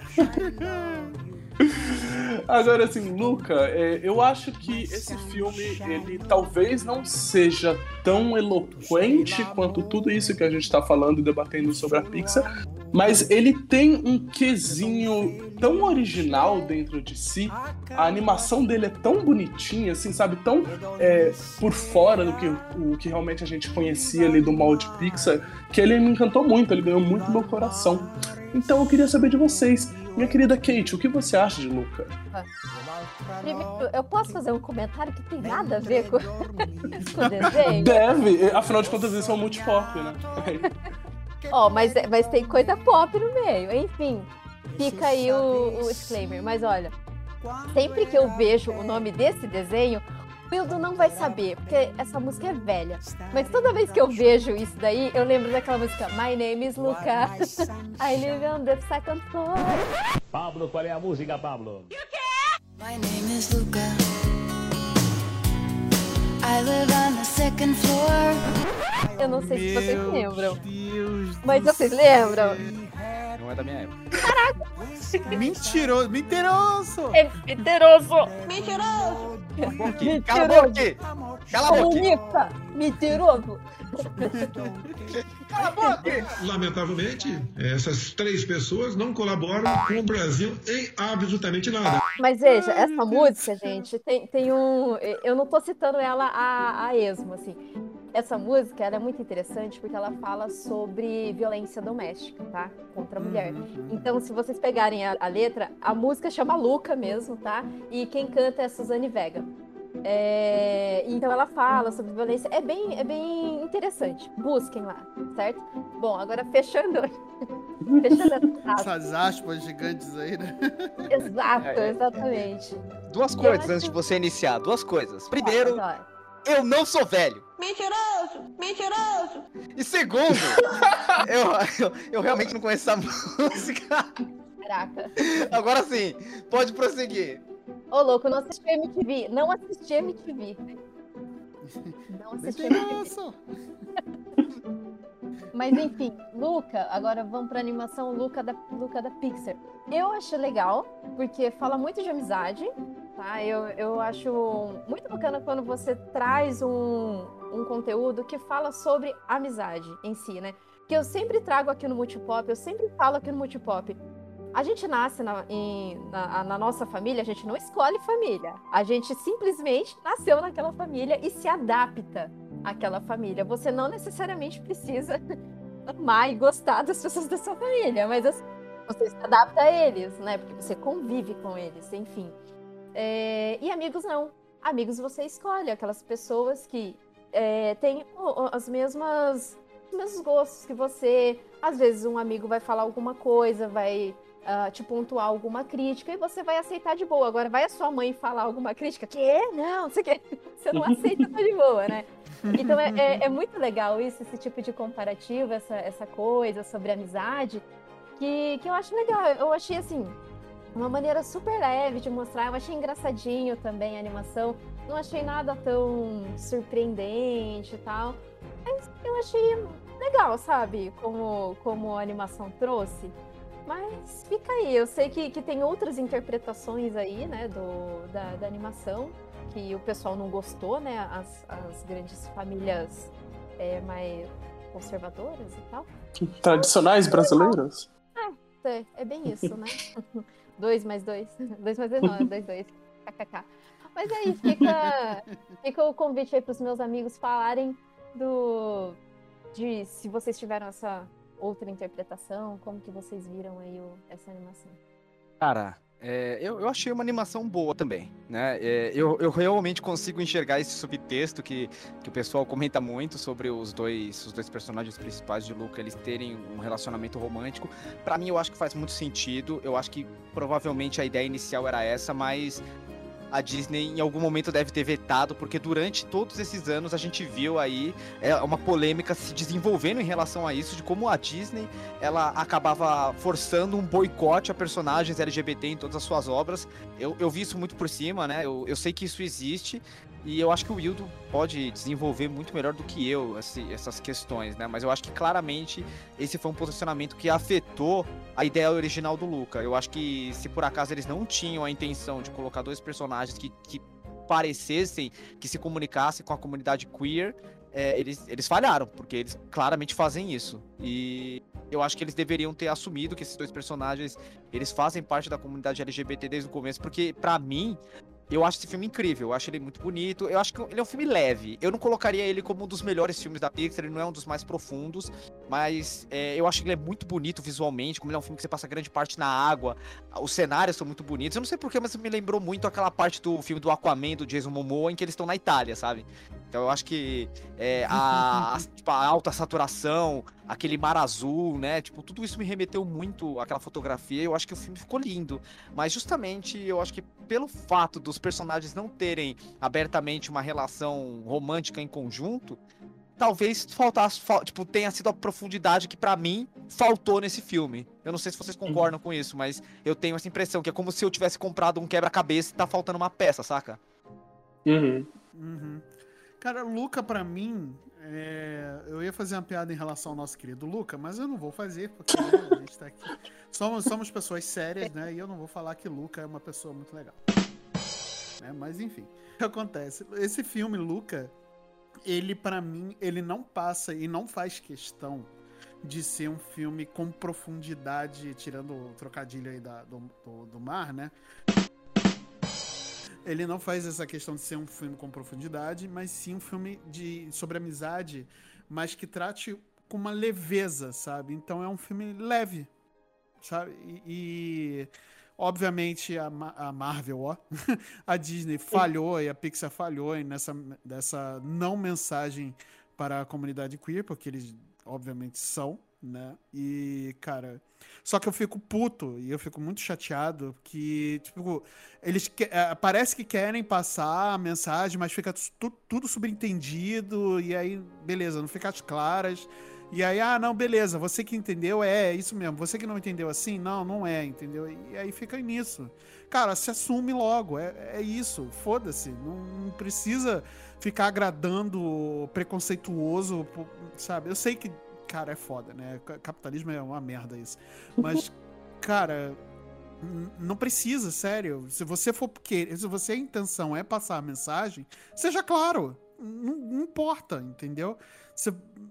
Agora, assim, Luca, é, eu acho que esse filme, ele talvez não seja tão eloquente quanto tudo isso que a gente tá falando e debatendo sobre a Pixar, mas ele tem um quesinho tão original dentro de si, a animação dele é tão bonitinha, assim, sabe, tão é, por fora do que, o que realmente a gente conhecia ali do molde Pixar, que ele me encantou muito, ele ganhou muito meu coração. Então eu queria saber de vocês, minha querida Kate, o que você acha de Luca? Primeiro, eu posso fazer um comentário que tem nada a ver com, com o desenho? Deve, afinal de contas isso é um multipop, né? Ó, oh, mas, mas tem coisa pop no meio, enfim. Fica aí o, o disclaimer. Mas olha, sempre que eu vejo o nome desse desenho, o Wildo não vai saber, porque essa música é velha. Mas toda vez que eu vejo isso daí, eu lembro daquela música My name is Luca, I live on the second floor. Pablo, qual é a música, Pablo? E o quê? My name is Luca, I live on the second floor. Eu não sei se vocês Meu lembram, Deus mas do vocês lembram? Não é da minha época. Caraca! Mentiroso, mentiroso! É mentiroso! Mentiroso! Cala a boca aqui! Cala a boca! Comunista! Mentiroso! Cala a boca! Lamentavelmente, essas três pessoas não colaboram com o Brasil em absolutamente nada. Mas veja, essa música, gente, tem, tem um... Eu não tô citando ela a, a esmo, assim. essa música, ela é muito interessante porque ela fala sobre violência doméstica, tá? Contra a mulher. Então, se vocês pegarem a, a letra, a música chama Luca mesmo, tá? E quem canta é Suzane Vega. É, então ela fala sobre violência, é bem, é bem interessante. Busquem lá, certo? Bom, agora fechando... fechando essas aspas gigantes aí, né? Exato, É, é, exatamente. Duas E coisas eu antes acho- de você iniciar, duas coisas. Primeiro, Ó, eu não sou velho. Mentiroso! Mentiroso! E segundo, eu, eu, eu realmente não conheço essa música. Caraca. Agora sim, pode prosseguir. Ô, louco, não assisti M T V. Não assisti M T V. Não assisti M T V. Mentiroso! Mas enfim, Luca, agora vamos pra animação Luca da, Luca da Pixar. Eu acho legal, porque fala muito de amizade, tá? Eu, eu acho muito bacana quando você traz um, um conteúdo que fala sobre amizade em si, né? Que eu sempre trago aqui no Multipop, eu sempre falo aqui no Multipop. A gente nasce na, em, na, na nossa família, a gente não escolhe família. A gente simplesmente nasceu naquela família e se adapta àquela família. Você não necessariamente precisa amar e gostar das pessoas da sua família, mas assim, você se adapta a eles, né? Porque você convive com eles, enfim. É, e amigos não. Amigos você escolhe, aquelas pessoas que é, têm o- as mesmas, os mesmos gostos que você. Às vezes um amigo vai falar alguma coisa, vai ah, te pontuar alguma crítica e você vai aceitar de boa. Agora vai a sua mãe falar alguma crítica, que não, não sei o que, você não aceita, tá de boa, né? Então é, é, é muito legal isso, esse tipo de comparativo, essa, essa coisa sobre amizade, que, que eu acho legal. Eu achei assim, uma maneira super leve de mostrar, eu achei engraçadinho também a animação, não achei nada tão surpreendente e tal, mas eu achei legal, sabe, como, como a animação trouxe. Mas fica aí, eu sei que, que tem outras interpretações aí, né, do, da, da animação, que o pessoal não gostou, né, as, as grandes famílias é, mais conservadoras e tal. Tradicionais brasileiros? É, é bem isso, né? Dois mais dois. Dois mais dois não, é dois, dois. kkk. Mas aí, fica, fica o convite aí pros meus amigos falarem do... de se vocês tiveram essa outra interpretação, como que vocês viram aí o, essa animação. Cara, é, eu, eu achei uma animação boa também, né? É, eu, eu realmente consigo enxergar esse subtexto que, que o pessoal comenta muito sobre os dois, os dois personagens principais de Luca, eles terem um relacionamento romântico. Pra mim, eu acho que faz muito sentido. Eu acho que provavelmente a ideia inicial era essa, mas a Disney em algum momento deve ter vetado, porque durante todos esses anos a gente viu aí é, uma polêmica se desenvolvendo em relação a isso, de como a Disney ela acabava forçando um boicote a personagens L G B T em todas as suas obras. Eu, eu vi isso muito por cima, né? Eu, eu sei que isso existe e eu acho que o Wildo pode desenvolver muito melhor do que eu esse, essas questões, né? Mas eu acho que claramente esse foi um posicionamento que afetou a ideia original do Luca. Eu acho que se por acaso eles não tinham a intenção de colocar dois personagens que, que parecessem, que se comunicassem com a comunidade queer, é, eles, eles falharam, porque eles claramente fazem isso. E eu acho que eles deveriam ter assumido que esses dois personagens, eles fazem parte da comunidade L G B T desde o começo, porque pra mim, eu acho esse filme incrível, eu acho ele muito bonito, eu acho que ele é um filme leve. Eu não colocaria ele como um dos melhores filmes da Pixar, ele não é um dos mais profundos, mas é, eu acho que ele é muito bonito visualmente, como ele é um filme que você passa grande parte na água, os cenários são muito bonitos. Eu não sei porquê, mas me lembrou muito aquela parte do filme do Aquaman, do Jason Momoa, em que eles estão na Itália, sabe? Então eu acho que é, a, a, tipo, a alta saturação, aquele mar azul, né? Tipo, tudo isso me remeteu muito àquela fotografia. Eu acho que o filme ficou lindo. Mas justamente eu acho que pelo fato dos personagens não terem abertamente uma relação romântica em conjunto, talvez faltasse, fal, tipo, tenha sido a profundidade que pra mim faltou nesse filme. Eu não sei se vocês concordam com isso, mas eu tenho essa impressão que é como se eu tivesse comprado um quebra-cabeça e tá faltando uma peça, saca? Uhum. Uhum. Cara, Luca, pra mim, é... eu ia fazer uma piada em relação ao nosso querido Luca, mas eu não vou fazer, porque né, a gente tá aqui. Somos, somos pessoas sérias, né? E eu não vou falar que Luca é uma pessoa muito legal. Né? Mas enfim, o que acontece? Esse filme, Luca, ele pra mim, ele não passa e não faz questão de ser um filme com profundidade, tirando o trocadilho aí da, do, do, do mar, né? ele não faz essa questão de ser um filme com profundidade, mas sim um filme de, sobre amizade, mas que trate com uma leveza, sabe? Então é um filme leve, sabe? E, e obviamente a, a Marvel, ó, a Disney falhou e a Pixar falhou nessa dessa não mensagem para a comunidade queer, porque eles obviamente são, né? E, cara, só que eu fico puto e eu fico muito chateado que, tipo, eles que, é, parece que querem passar a mensagem, mas fica tu, tudo subentendido e aí, beleza, não fica as claras. E aí, ah, não, beleza, você que entendeu, é, é isso mesmo. Você que não entendeu assim, não, não é, entendeu? E aí fica nisso. Cara, se assume logo, é, é isso, foda-se. Não, não precisa ficar agradando preconceituoso, sabe? Eu sei que, cara, é foda, né? Capitalismo é uma merda isso. Mas, cara, não precisa, sério. Se você for querer, se você a intenção é passar a mensagem, seja claro. Não, não importa, entendeu? Você...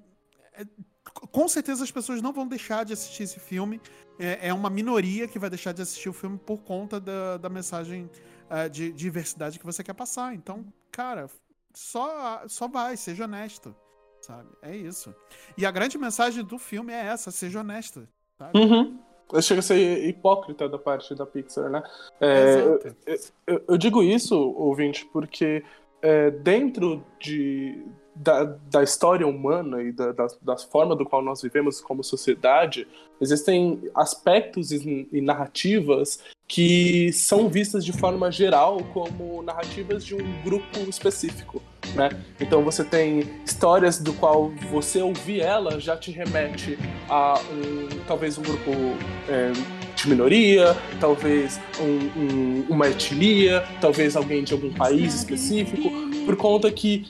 Com certeza as pessoas não vão deixar de assistir esse filme. É, é uma minoria que vai deixar de assistir o filme por conta da, da mensagem uh, de, de diversidade que você quer passar. Então, cara, só, só vai, seja honesto, sabe? É isso. E a grande mensagem do filme é essa, seja honesto, sabe? Uhum. Chega a ser hipócrita da parte da Pixar, né? É, eu, eu, eu digo isso, ouvinte, porque é, dentro de... Da, da história humana e da, da, da forma do qual nós vivemos como sociedade, existem aspectos e, e narrativas que são vistas de forma geral como narrativas de um grupo específico, né? Então você tem histórias do qual você ouvir ela já te remete a um, talvez um grupo é, de minoria, talvez um, um, uma etnia, talvez alguém de algum país específico, por conta que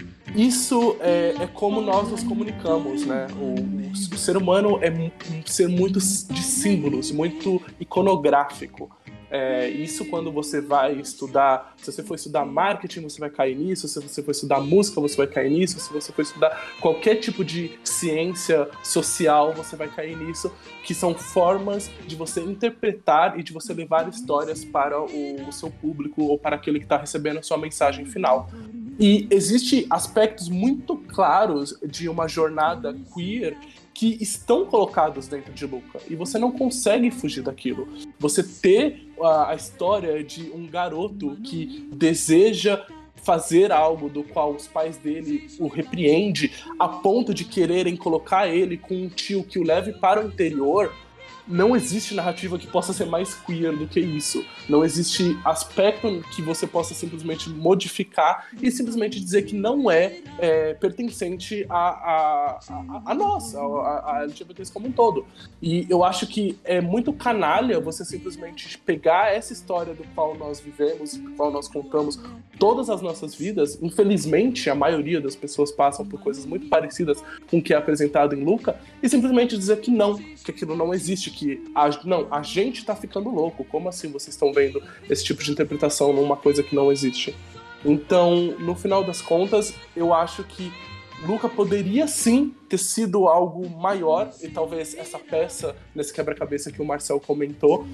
isso é, é como nós nos comunicamos, né? O, o ser humano é um ser muito de símbolos, muito iconográfico. É, isso quando você vai estudar, se você for estudar marketing, você vai cair nisso, se você for estudar música, você vai cair nisso, se você for estudar qualquer tipo de ciência social, você vai cair nisso, que são formas de você interpretar e de você levar histórias para o, o seu público ou para aquele que está recebendo a sua mensagem final. E existem aspectos muito claros de uma jornada queer que estão colocados dentro de Luca, e você não consegue fugir daquilo. Você ter a, a história de um garoto que deseja fazer algo do qual os pais dele o repreendem a ponto de quererem colocar ele com um tio que o leve para o interior. Não existe narrativa que possa ser mais queer do que isso. Não existe aspecto que você possa simplesmente modificar e simplesmente dizer que não é, é pertencente a, a, a, a nós, a, a L G B T s como um todo. E eu acho que é muito canalha você simplesmente pegar essa história do qual nós vivemos, do qual nós contamos todas as nossas vidas. Infelizmente, a maioria das pessoas passam por coisas muito parecidas com o que é apresentado em Luca, e simplesmente dizer que não, que aquilo não existe, que a, não, a gente tá ficando louco. Como assim vocês estão vendo esse tipo de interpretação numa coisa que não existe? Então, no final das contas, eu acho que Luca poderia sim ter sido algo maior, e talvez essa peça, nesse quebra-cabeça que o Marcel comentou,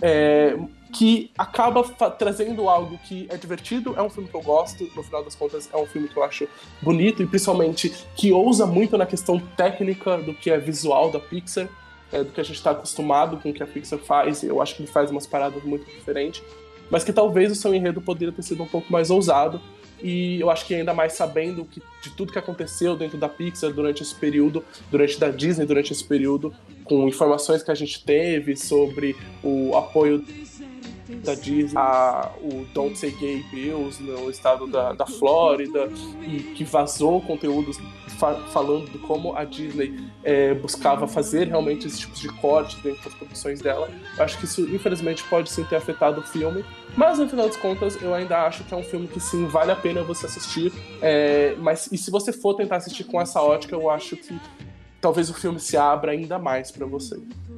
é, que acaba trazendo algo que é divertido, é um filme que eu gosto, no final das contas é um filme que eu acho bonito, e principalmente que ousa muito na questão técnica do que é visual da Pixar, é, do que a gente está acostumado com o que a Pixar faz. Eu acho que ele faz umas paradas muito diferentes, mas que talvez o seu enredo poderia ter sido um pouco mais ousado, e eu acho que ainda mais sabendo que, de tudo que aconteceu dentro da Pixar durante esse período, durante da Disney durante esse período, com informações que a gente teve sobre o apoio da Disney, a, o Don't Say Gay Bills no estado da, da Flórida, e que vazou conteúdos fa- falando de como a Disney é, buscava fazer realmente esse tipo de corte dentro das produções dela. Eu acho que isso, infelizmente, pode sim ter afetado o filme, mas no final das contas eu ainda acho que é um filme que sim, vale a pena você assistir, é, mas e se você for tentar assistir com essa ótica, eu acho que talvez o filme se abra ainda mais pra você.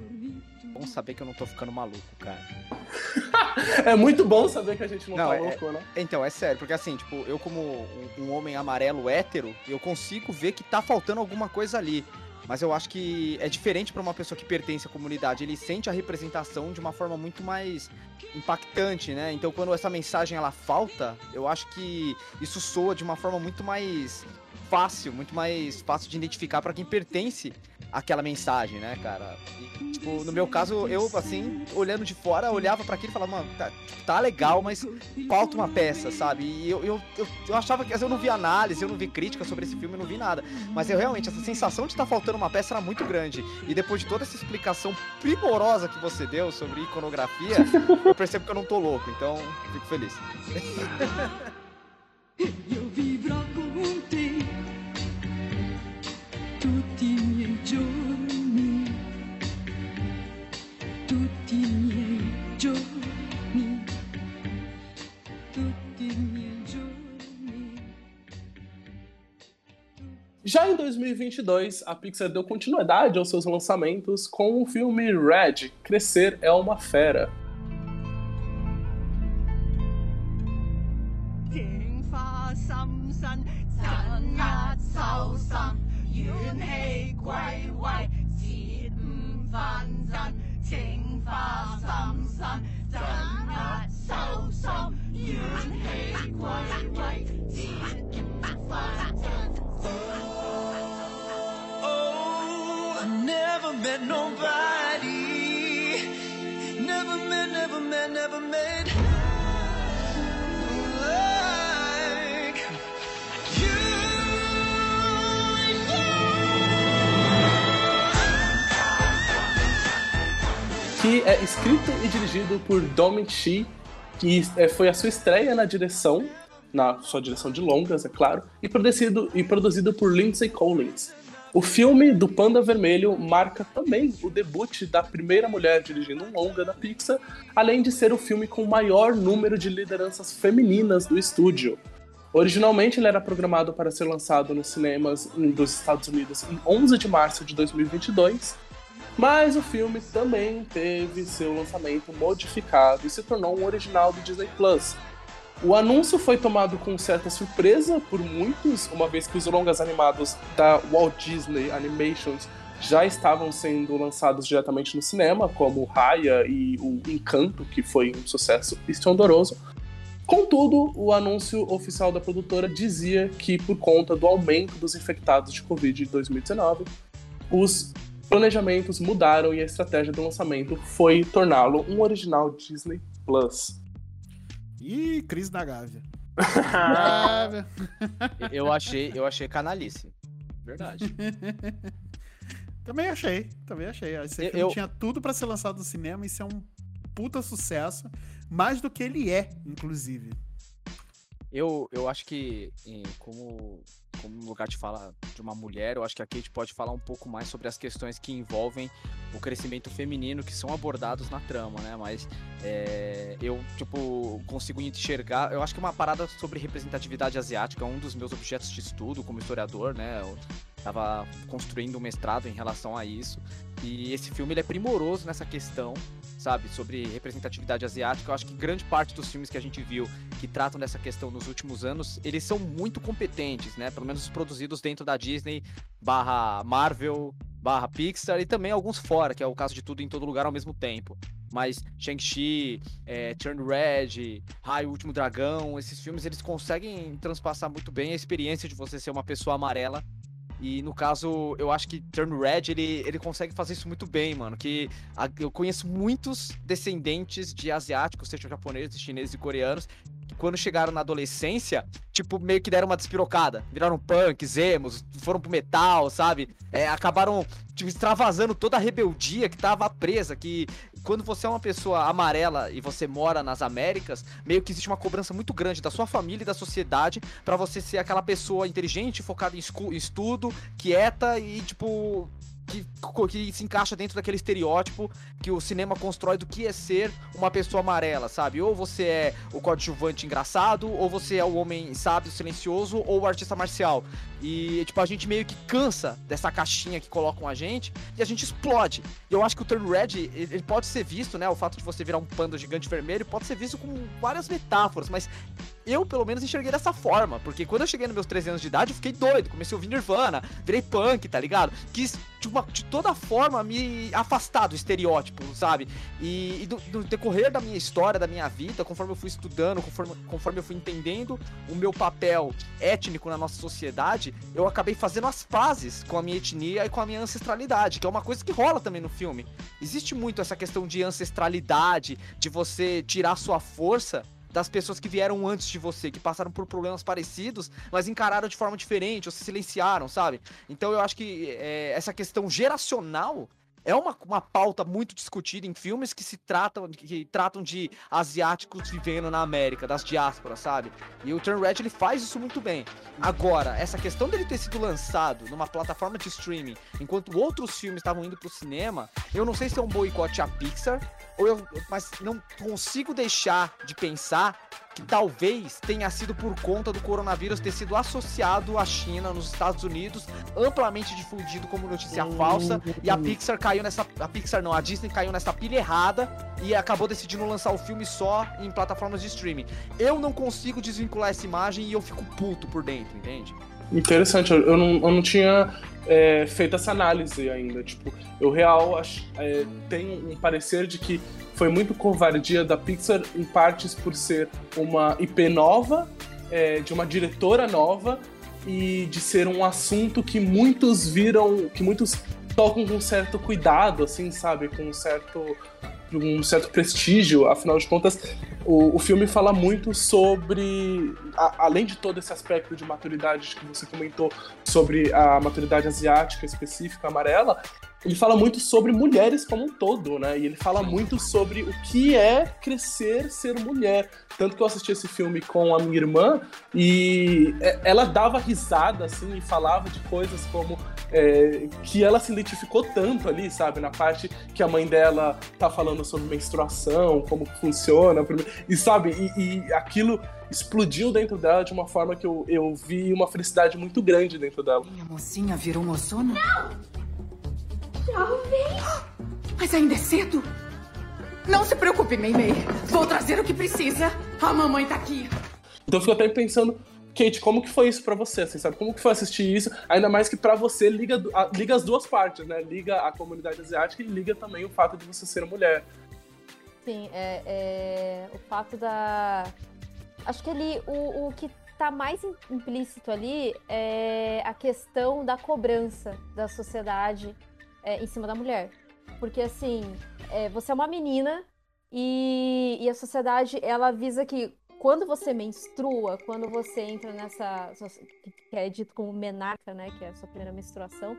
Bom saber que eu não tô ficando maluco, cara. É muito bom saber que a gente não, não tá é, louco, né? Então, é sério, porque assim, tipo, eu como um, um homem amarelo hétero, eu consigo ver que tá faltando alguma coisa ali. Mas eu acho que é diferente pra uma pessoa que pertence à comunidade. Ele sente a representação de uma forma muito mais impactante, né? Então quando essa mensagem ela falta, eu acho que isso soa de uma forma muito mais fácil, muito mais fácil de identificar pra quem pertence àquela mensagem, né, cara? E, tipo, no meu caso, eu, assim, olhando de fora, olhava pra aquilo e falava, mano, tá, tá legal, mas falta uma peça, sabe? E eu, eu, eu, eu achava que, eu não vi análise, eu não vi crítica sobre esse filme, eu não vi nada. Mas eu realmente, essa sensação de estar faltando uma peça era muito grande. E depois de toda essa explicação primorosa que você deu sobre iconografia, eu percebo que eu não tô louco, então fico feliz. Io vivrò con te tutti i miei giorni, tutti i miei giorni, tutti i miei giorni. Já em dois mil e vinte e dois, a Pixar deu continuidade aos seus lançamentos com o filme Red, Crescer é uma Fera. Oh, I never met nobody, never met, never met, never met like you. Que é escrito e dirigido por Dominic Shi, que foi a sua estreia na direção, na sua direção de longas, é claro, e produzido, e produzido por Lindsay Collins. O filme do Panda Vermelho marca também o debut da primeira mulher dirigindo um longa da Pixar, além de ser o filme com o maior número de lideranças femininas do estúdio. Originalmente ele era programado para ser lançado nos cinemas dos Estados Unidos em onze de março de dois mil e vinte e dois, mas o filme também teve seu lançamento modificado e se tornou um original do Disney Plus. O anúncio foi tomado com certa surpresa por muitos, uma vez que os longas animados da Walt Disney Animations já estavam sendo lançados diretamente no cinema, como Raya e o Encanto, que foi um sucesso estrondoso. Contudo, o anúncio oficial da produtora dizia que, por conta do aumento dos infectados de Covid em dois mil e dezenove, os planejamentos mudaram e a estratégia do lançamento foi torná-lo um original Disney Plus. Ih, crise da Gávea. eu, achei, eu achei canalice. Verdade. Também achei, também achei. Esse filme eu... tinha tudo pra ser lançado no cinema e isso é um puta sucesso, mais do que ele é, inclusive. Eu, eu acho que, como, como lugar de fala de uma mulher, eu acho que a Kate pode falar um pouco mais sobre as questões que envolvem o crescimento feminino, que são abordados na trama, né? Mas é, eu, tipo, consigo enxergar... Eu acho que uma parada sobre representatividade asiática é um dos meus objetos de estudo como historiador, né? Eu tava construindo um mestrado em relação a isso. E esse filme, ele é primoroso nessa questão, sabe, sobre representatividade asiática. Eu acho que grande parte dos filmes que a gente viu que tratam dessa questão nos últimos anos, eles são muito competentes, né? Pelo menos os produzidos dentro da Disney, barra Marvel, barra Pixar, e também alguns fora, que é o caso de Tudo em Todo Lugar ao mesmo tempo. Mas Shang-Chi, é, Turn Red, Raio, o Último Dragão, esses filmes, eles conseguem transpassar muito bem a experiência de você ser uma pessoa amarela. E no caso, eu acho que Turn Red, ele, ele consegue fazer isso muito bem, mano. Que a, eu conheço muitos descendentes de asiáticos, sejam japoneses, chineses e coreanos, que quando chegaram na adolescência, tipo, meio que deram uma despirocada. Viraram punks, emos, foram pro metal, sabe? É, acabaram, tipo, extravasando toda a rebeldia que tava presa, que... Quando você é uma pessoa amarela e você mora nas Américas, meio que existe uma cobrança muito grande da sua família e da sociedade pra você ser aquela pessoa inteligente, focada em estudo, quieta e, tipo, que, que se encaixa dentro daquele estereótipo que o cinema constrói do que é ser uma pessoa amarela, sabe? Ou você é o coadjuvante engraçado, ou você é o homem sábio, silencioso, ou o artista marcial. E, tipo, a gente meio que cansa dessa caixinha que colocam a gente e a gente explode. E eu acho que o Turn Red, ele pode ser visto, né? O fato de você virar um panda gigante vermelho pode ser visto com várias metáforas, mas eu, pelo menos, enxerguei dessa forma. Porque quando eu cheguei nos meus treze anos de idade, eu fiquei doido. Comecei a ouvir Nirvana, virei punk, tá ligado? Quis, de, uma, de toda forma, me afastar do estereótipo, sabe? E, e do, do decorrer da minha história, da minha vida, conforme eu fui estudando, conforme, conforme eu fui entendendo o meu papel étnico na nossa sociedade, eu acabei fazendo as pazes com a minha etnia e com a minha ancestralidade, que é uma coisa que rola também no filme. Existe muito essa questão de ancestralidade, de você tirar sua força das pessoas que vieram antes de você, que passaram por problemas parecidos, mas encararam de forma diferente, ou se silenciaram, sabe? Então eu acho que é, essa questão geracional é uma, uma pauta muito discutida em filmes que se tratam, que tratam de asiáticos vivendo na América, das diásporas, sabe? E o Turn Red, ele faz isso muito bem. Agora, essa questão dele ter sido lançado numa plataforma de streaming, enquanto outros filmes estavam indo pro cinema, eu não sei se é um boicote à Pixar, ou eu, mas não consigo deixar de pensar que talvez tenha sido por conta do coronavírus ter sido associado à China, nos Estados Unidos, amplamente difundido como notícia falsa, e a Pixar caiu nessa... A Pixar não, a Disney caiu nessa pilha errada e acabou decidindo lançar o filme só em plataformas de streaming. Eu não consigo desvincular essa imagem e eu fico puto por dentro, entende? Interessante, eu eu não, eu não tinha é, feito essa análise ainda. Tipo, eu real acho, é, tenho um parecer de que foi muito covardia da Pixar, em partes por ser uma I P nova, é, de uma diretora nova, e de ser um assunto que muitos viram, que muitos tocam com certo cuidado, assim, sabe? Com um certo, um certo prestígio. Afinal de contas, o, o filme fala muito sobre, a, além de todo esse aspecto de maturidade que você comentou, sobre a maturidade asiática específica, amarela, ele fala muito sobre mulheres como um todo, né? E ele fala muito sobre o que é crescer, ser mulher. Tanto que eu assisti esse filme com a minha irmã e ela dava risada, assim, e falava de coisas como é, que ela se identificou tanto ali, sabe? Na parte que a mãe dela tá falando sobre menstruação, como funciona, e sabe? E, e aquilo explodiu dentro dela de uma forma que eu, eu vi uma felicidade muito grande dentro dela. Minha mocinha virou moçona? Não! Jovem! Mas ainda é cedo. Não se preocupe, Mei Mei. Vou trazer o que precisa. A mamãe tá aqui. Então eu fico até pensando, Kate, como que foi isso pra você, assim, sabe? Como que foi assistir isso? Ainda mais que pra você liga, liga as duas partes, né? Liga a comunidade asiática e liga também o fato de você ser mulher. Sim, é, é o fato da... Acho que ali, o, o que tá mais implícito ali é a questão da cobrança da sociedade é, em cima da mulher. Porque, assim, é, você é uma menina e, e a sociedade, ela visa que quando você menstrua, quando você entra nessa... que é dito como menarca, né? Que é a sua primeira menstruação,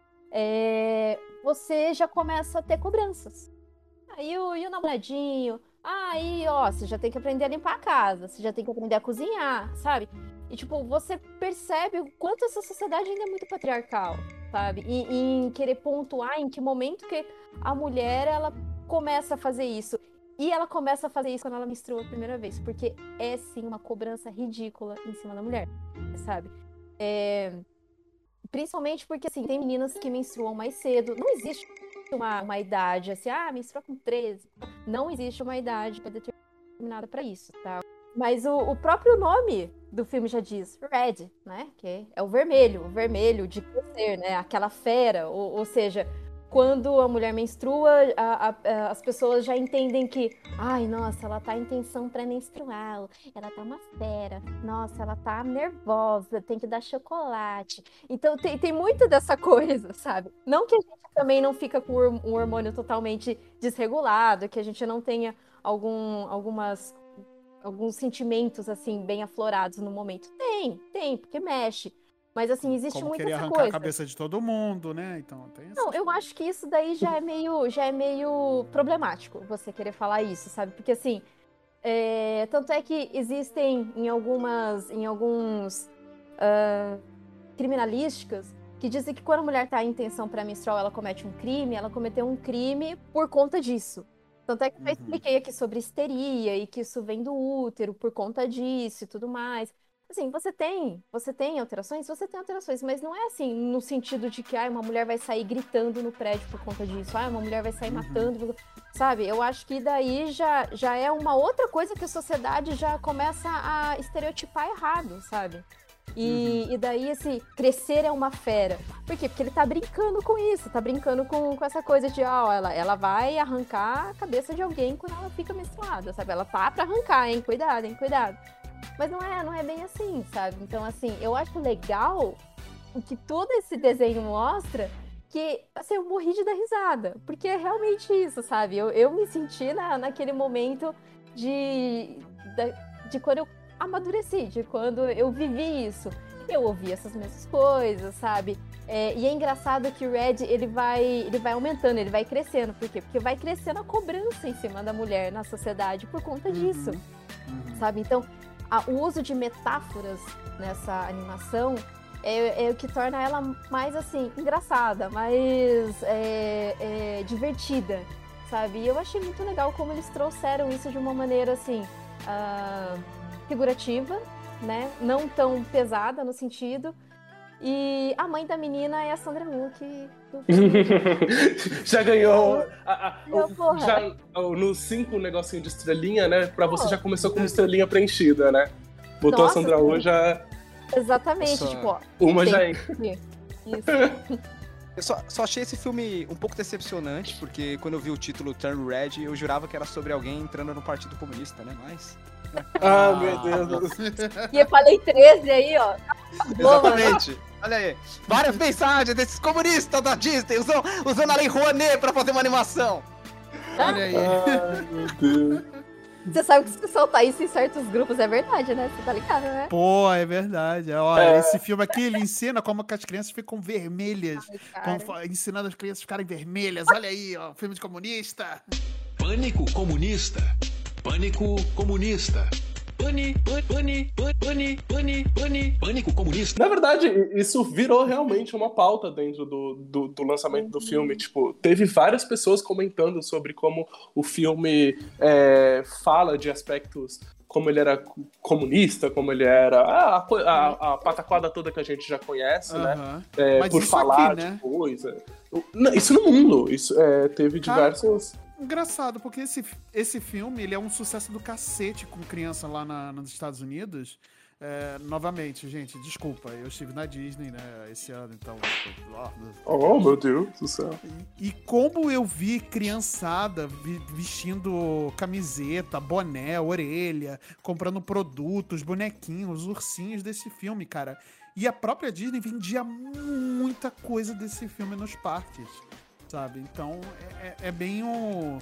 é, você já começa a ter cobranças. Aí o, e o namoradinho... Aí, ó, você já tem que aprender a limpar a casa, você já tem que aprender a cozinhar, sabe? E, tipo, você percebe o quanto essa sociedade ainda é muito patriarcal, sabe? E, e em querer pontuar em que momento que a mulher, ela começa a fazer isso. E ela começa a fazer isso quando ela menstrua a primeira vez, porque é, sim, uma cobrança ridícula em cima da mulher, sabe? É... Principalmente porque, assim, tem meninas que menstruam mais cedo, não existe... Uma, uma idade assim, ah, menstrua com treze. Não existe uma idade determinada para isso, tá? Mas o, o próprio nome do filme já diz Red, né? Que é o vermelho, o vermelho de crescer, né? Aquela fera, ou, ou seja, quando a mulher menstrua, a, a, as pessoas já entendem que, ai, nossa, ela tá em tensão pré-menstrual, ela tá uma fera, nossa, ela tá nervosa, tem que dar chocolate. Então tem, tem muito dessa coisa, sabe? Não que a gente também não fica com um hormônio totalmente desregulado, que a gente não tenha algum, algumas, alguns sentimentos, assim, bem aflorados no momento. Tem, tem, porque mexe. Mas, assim, existe Como muito querer essa arrancar coisa. a cabeça de todo mundo, né? Então, tem Não, eu acho que isso daí já é meio, já é meio problemático, você querer falar isso, sabe? Porque, assim, é... tanto é que existem em algumas, em alguns uh, criminalísticas que dizem que quando a mulher tá em intenção pré-menstrual, ela comete um crime, ela cometeu um crime por conta disso. Tanto é que eu Uhum. expliquei aqui sobre histeria e que isso vem do útero por conta disso e tudo mais. Assim, você tem, você tem alterações? Você tem alterações, mas não é assim, no sentido de que ah, uma mulher vai sair gritando no prédio por conta disso, ah, uma mulher vai sair matando, sabe? Eu acho que daí já, já é uma outra coisa que a sociedade já começa a estereotipar errado, sabe? E, uhum. e daí, esse crescer é uma fera. Por quê? Porque ele tá brincando com isso, tá brincando com, com essa coisa de, ó, ela, ela vai arrancar a cabeça de alguém quando ela fica menstruada, sabe? Ela tá pra arrancar, hein? Cuidado, hein? Cuidado. Mas não é, não é bem assim, sabe? Então, assim, eu acho legal o que todo esse desenho mostra, que, assim, eu morri de dar risada. Porque é realmente isso, sabe? Eu, eu me senti na, naquele momento de, de, de quando eu amadureci, de quando eu vivi isso. Eu ouvi essas mesmas coisas, sabe? É, e é engraçado que o Red, ele vai, ele vai aumentando, ele vai crescendo. Por quê? Porque vai crescendo a cobrança em cima da mulher na sociedade por conta disso, uhum. sabe? Então, a, o uso de metáforas nessa animação é, é o que torna ela mais, assim, engraçada, mais é, é, divertida, sabe? E eu achei muito legal como eles trouxeram isso de uma maneira, assim, uh, figurativa, né? Não tão pesada no sentido. E a mãe da menina é a Sandra Bullock. Do... já ganhou a, a, Meu, o, já, no cinco negocinho de estrelinha, né? Pra você já começou com uma estrelinha preenchida, né? Botou Nossa, a Sandra Bullock já... Exatamente, só... tipo, ó. Uma já é. Isso. Eu só, só achei esse filme um pouco decepcionante, porque quando eu vi o título Turn Red, eu jurava que era sobre alguém entrando no Partido Comunista, né? Mas... Ah, meu Deus. E eu falei treze aí, ó. Exatamente. Olha aí. Várias mensagens desses comunistas da Disney usando, usando a Lei Rouanet pra fazer uma animação. Olha aí. Ai, meu Deus. Você sabe que se soltar isso em certos grupos é verdade, né? Você tá ligado, né? Pô, é verdade. Olha, é. Esse filme aqui, ele ensina como que as crianças ficam vermelhas. Ai, como, ensinando as crianças a ficarem vermelhas. Olha aí, ó. Filme de comunista. Pânico comunista. Pânico comunista. Pane, pane, pane, pane, pane, pânico comunista. Na verdade, isso virou realmente uma pauta dentro do, do, do lançamento do filme. Tipo, teve várias pessoas comentando sobre como o filme é, fala de aspectos, como ele era comunista, como ele era a, a, a pataquada toda que a gente já conhece, uhum. né? É, por falar aqui, né? de coisa. Isso no mundo. Isso é, teve diversos... Engraçado, porque esse, esse filme, ele é um sucesso do cacete com criança lá na, nos Estados Unidos. É, novamente, gente, desculpa, eu estive na Disney, né, esse ano, então... Oh, meu Deus do céu. E, e como eu vi criançada vi, vestindo camiseta, boné, orelha, comprando produtos, bonequinhos, ursinhos desse filme, cara. E a própria Disney vendia muita coisa desse filme nos parques. Sabe? Então, é, é bem um...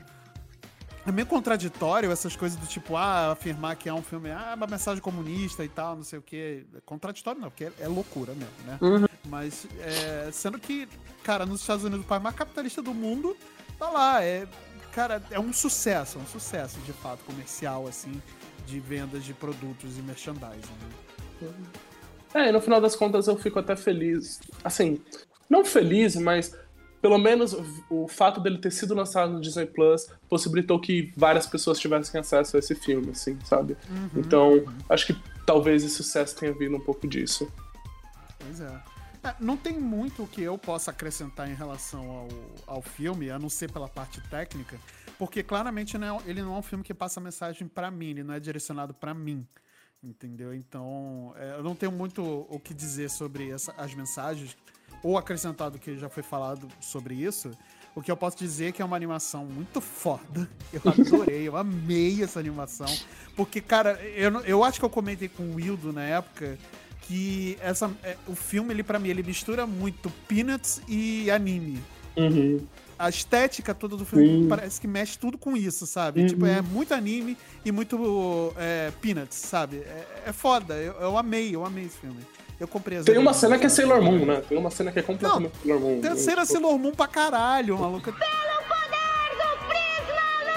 É meio contraditório essas coisas do tipo, ah, afirmar que é um filme, ah, uma mensagem comunista e tal, não sei o quê. É contraditório não, porque é, é loucura mesmo, né? Uhum. Mas, é, sendo que, cara, nos Estados Unidos, o país mais capitalista do mundo, tá lá, é... Cara, é um sucesso, é um sucesso, de fato, comercial, assim, de vendas de produtos e merchandising, né? É, e no final das contas eu fico até feliz. Assim, não feliz, mas... Pelo menos o fato dele ter sido lançado no Disney Plus possibilitou que várias pessoas tivessem acesso a esse filme, assim, sabe? Uhum, então, uhum. acho que talvez esse sucesso tenha vindo um pouco disso. Pois é. é. Não tem muito o que eu possa acrescentar em relação ao, ao filme, a não ser pela parte técnica, porque claramente não é, ele não é um filme que passa mensagem pra mim, ele não é direcionado pra mim. Entendeu? Então, é, eu não tenho muito o que dizer sobre essa, as mensagens, ou acrescentar do que já foi falado sobre isso. O que eu posso dizer é que é uma animação muito foda. Eu adorei, eu amei essa animação. Porque, cara, eu, eu acho que eu comentei com o Wildo na época que essa, é, o filme, ele, pra mim, ele mistura muito Peanuts e anime. Uhum. A estética toda do filme Sim. parece que mexe tudo com isso, sabe? Uhum. Tipo, é muito anime e muito é, Peanuts, sabe? É, é foda, eu, eu amei, eu amei esse filme. Eu comprei as Tem uma cena que é Sailor Moon, né? Tem uma cena que é completamente Não, Sailor Moon. Tem a cena Sailor Moon pra caralho, maluca. Pelo poder do Prisma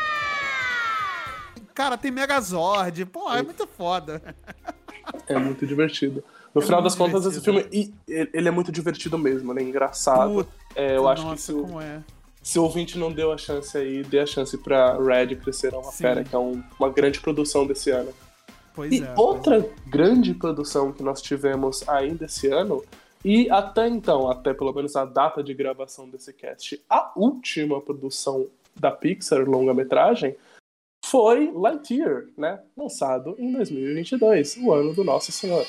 Lunar! Cara, tem Megazord. Pô, é muito foda. É muito divertido. No é final das contas, esse filme, ele é muito divertido mesmo, ele é engraçado. Puta, é, eu acho nossa, que se o, como é. se o ouvinte não deu a chance aí, dê a chance pra Red Crescer é uma Fera, que é um, uma grande produção desse ano. Pois e é, outra grande produção que nós tivemos ainda esse ano, e até então, até pelo menos a data de gravação desse cast, a última produção da Pixar, longa-metragem, foi Lightyear, né? Lançado em dois mil e vinte e dois, o ano do Nosso Senhor.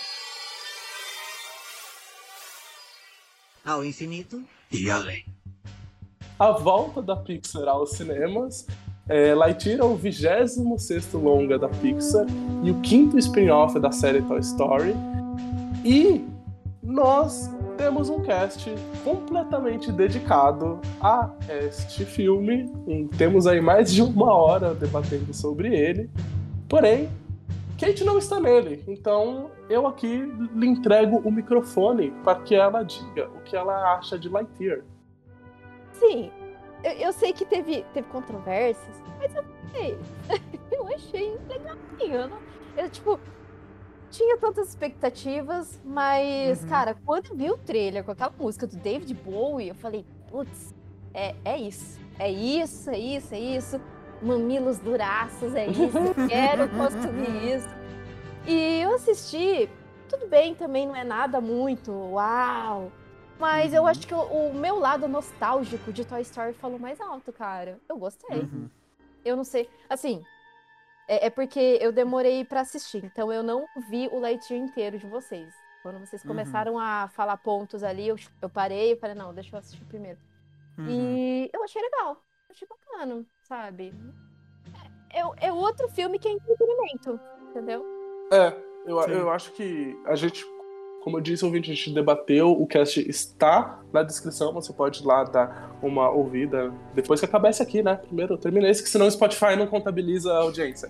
Ao infinito e além. A volta da Pixar aos cinemas. É, Lightyear é o vigésimo sexto longa da Pixar e o quinto spin-off da série Toy Story. E nós temos um cast completamente dedicado a este filme. E temos aí mais de uma hora debatendo sobre ele. Porém, Kate não está nele. Então eu aqui lhe entrego o microfone para que ela diga o que ela acha de Lightyear. Sim. Eu, eu sei que teve, teve controvérsias, mas eu achei, eu achei legalzinho. Eu, não, eu, tipo, tinha tantas expectativas, mas, uhum. cara, quando eu vi o trailer com aquela música do David Bowie, eu falei, putz, é, é isso. É isso, é isso, é isso. Mamilos duraços, é isso. Eu quero consumir isso. E eu assisti, tudo bem, também não é nada muito, uau. Mas uhum. eu acho que o, o meu lado nostálgico de Toy Story falou mais alto, cara. Eu gostei. Uhum. Eu não sei. Assim, é, é porque eu demorei pra assistir. Então eu não vi o Lightyear inteiro de vocês. Quando vocês começaram uhum. a falar pontos ali, eu, eu parei e falei, não, deixa eu assistir primeiro. Uhum. E eu achei legal. Achei bacana, sabe? É, é outro filme que é entretenimento, entendeu? É, eu, eu acho que a gente... Como eu disse, ouvinte, a gente debateu, o cast está na descrição, você pode ir lá dar uma ouvida depois que acabar esse aqui, né? Primeiro eu terminei esse, que senão o Spotify não contabiliza a audiência.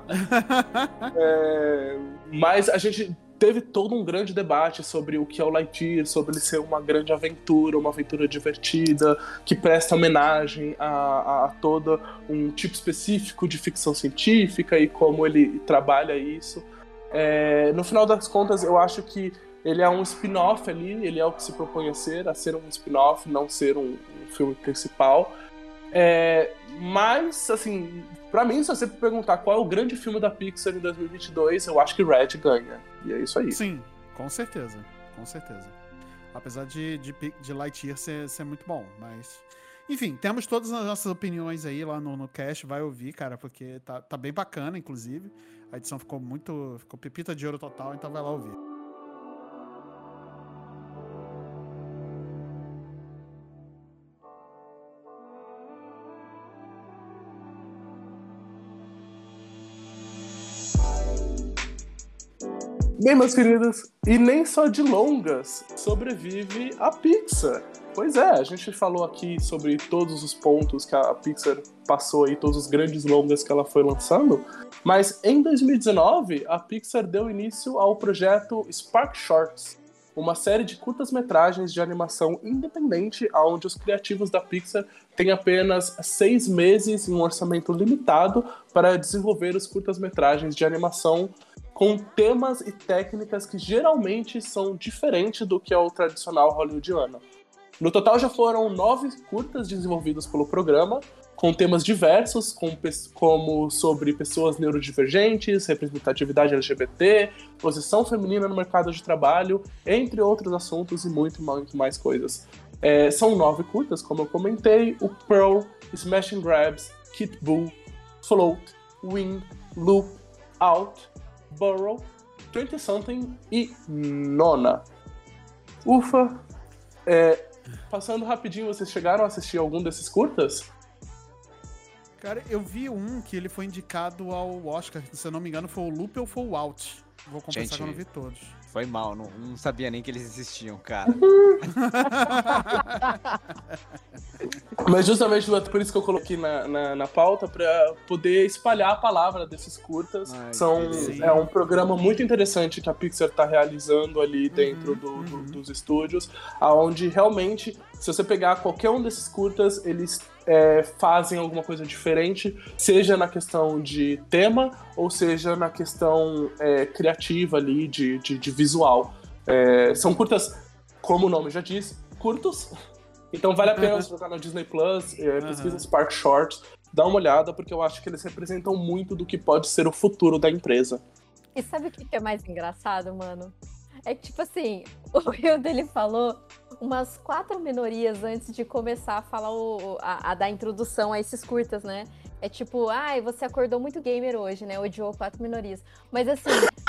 é, mas a gente teve todo um grande debate sobre o que é o Lightyear, sobre ele ser uma grande aventura, uma aventura divertida, que presta homenagem a, a, a todo um tipo específico de ficção científica e como ele trabalha isso. É, no final das contas, eu acho que ele é um spin-off ali, ele é o que se propõe a ser, a ser um spin-off, não ser um, um filme principal. É, mas, assim, pra mim, se você perguntar qual é o grande filme da Pixar em dois mil e vinte e dois, eu acho que Red ganha. E é isso aí. Sim, com certeza, com certeza. Apesar de, de, de Lightyear ser, ser muito bom, mas... Enfim, temos todas as nossas opiniões aí lá no, no cast, vai ouvir, cara, porque tá, tá bem bacana, inclusive. A edição ficou muito... ficou pepita de ouro total, então vai lá ouvir. Bem, meus queridos, e nem só de longas sobrevive a Pixar. Pois é, a gente falou aqui sobre todos os pontos que a Pixar passou aí, todos os grandes longas que ela foi lançando, mas em dois mil e dezenove a Pixar deu início ao projeto Spark Shorts, uma série de curtas-metragens de animação independente, onde os criativos da Pixar têm apenas seis meses em um orçamento limitado para desenvolver os curtas-metragens de animação com temas e técnicas que geralmente são diferentes do que é o tradicional hollywoodiano. No total já foram nove curtas desenvolvidos pelo programa, com temas diversos, com, como sobre pessoas neurodivergentes, representatividade L G B T, posição feminina no mercado de trabalho, entre outros assuntos e muito, muito mais coisas. É, são nove curtas, como eu comentei: o Pearl, Smash and Grabs, Kit Bull, Float, Wing, Loop, Out, Burrow, twenty something e Nona. Ufa! É, passando rapidinho, vocês chegaram a assistir algum desses curtas? Cara, eu vi um que ele foi indicado ao Oscar, se eu não me engano foi o Loop ou foi o Out. Vou confessar Gente, que eu não vi todos. Foi mal, não, não sabia nem que eles existiam, cara. Mas justamente por isso que eu coloquei na, na, na pauta, pra poder espalhar a palavra desses curtas. Ai, São, é um programa muito interessante que a Pixar tá realizando ali dentro uhum, do, uhum. Do, dos estúdios, onde realmente, se você pegar qualquer um desses curtas, eles é, fazem alguma coisa diferente, seja na questão de tema, ou seja na questão é, criativa ali, de, de, de visual. É, são curtas, como o nome já diz, curtos. Então vale a pena você jogar na Disney Plus, é, pesquisa Spark Shorts, dá uma olhada, porque eu acho que eles representam muito do que pode ser o futuro da empresa. E sabe o que que é mais engraçado, mano? É que, tipo assim, o Hildo, ele falou umas quatro minorias antes de começar a falar o, a, a dar introdução a esses curtas, né? É tipo, ai, você acordou muito gamer hoje, né? Odiou quatro minorias. Mas assim...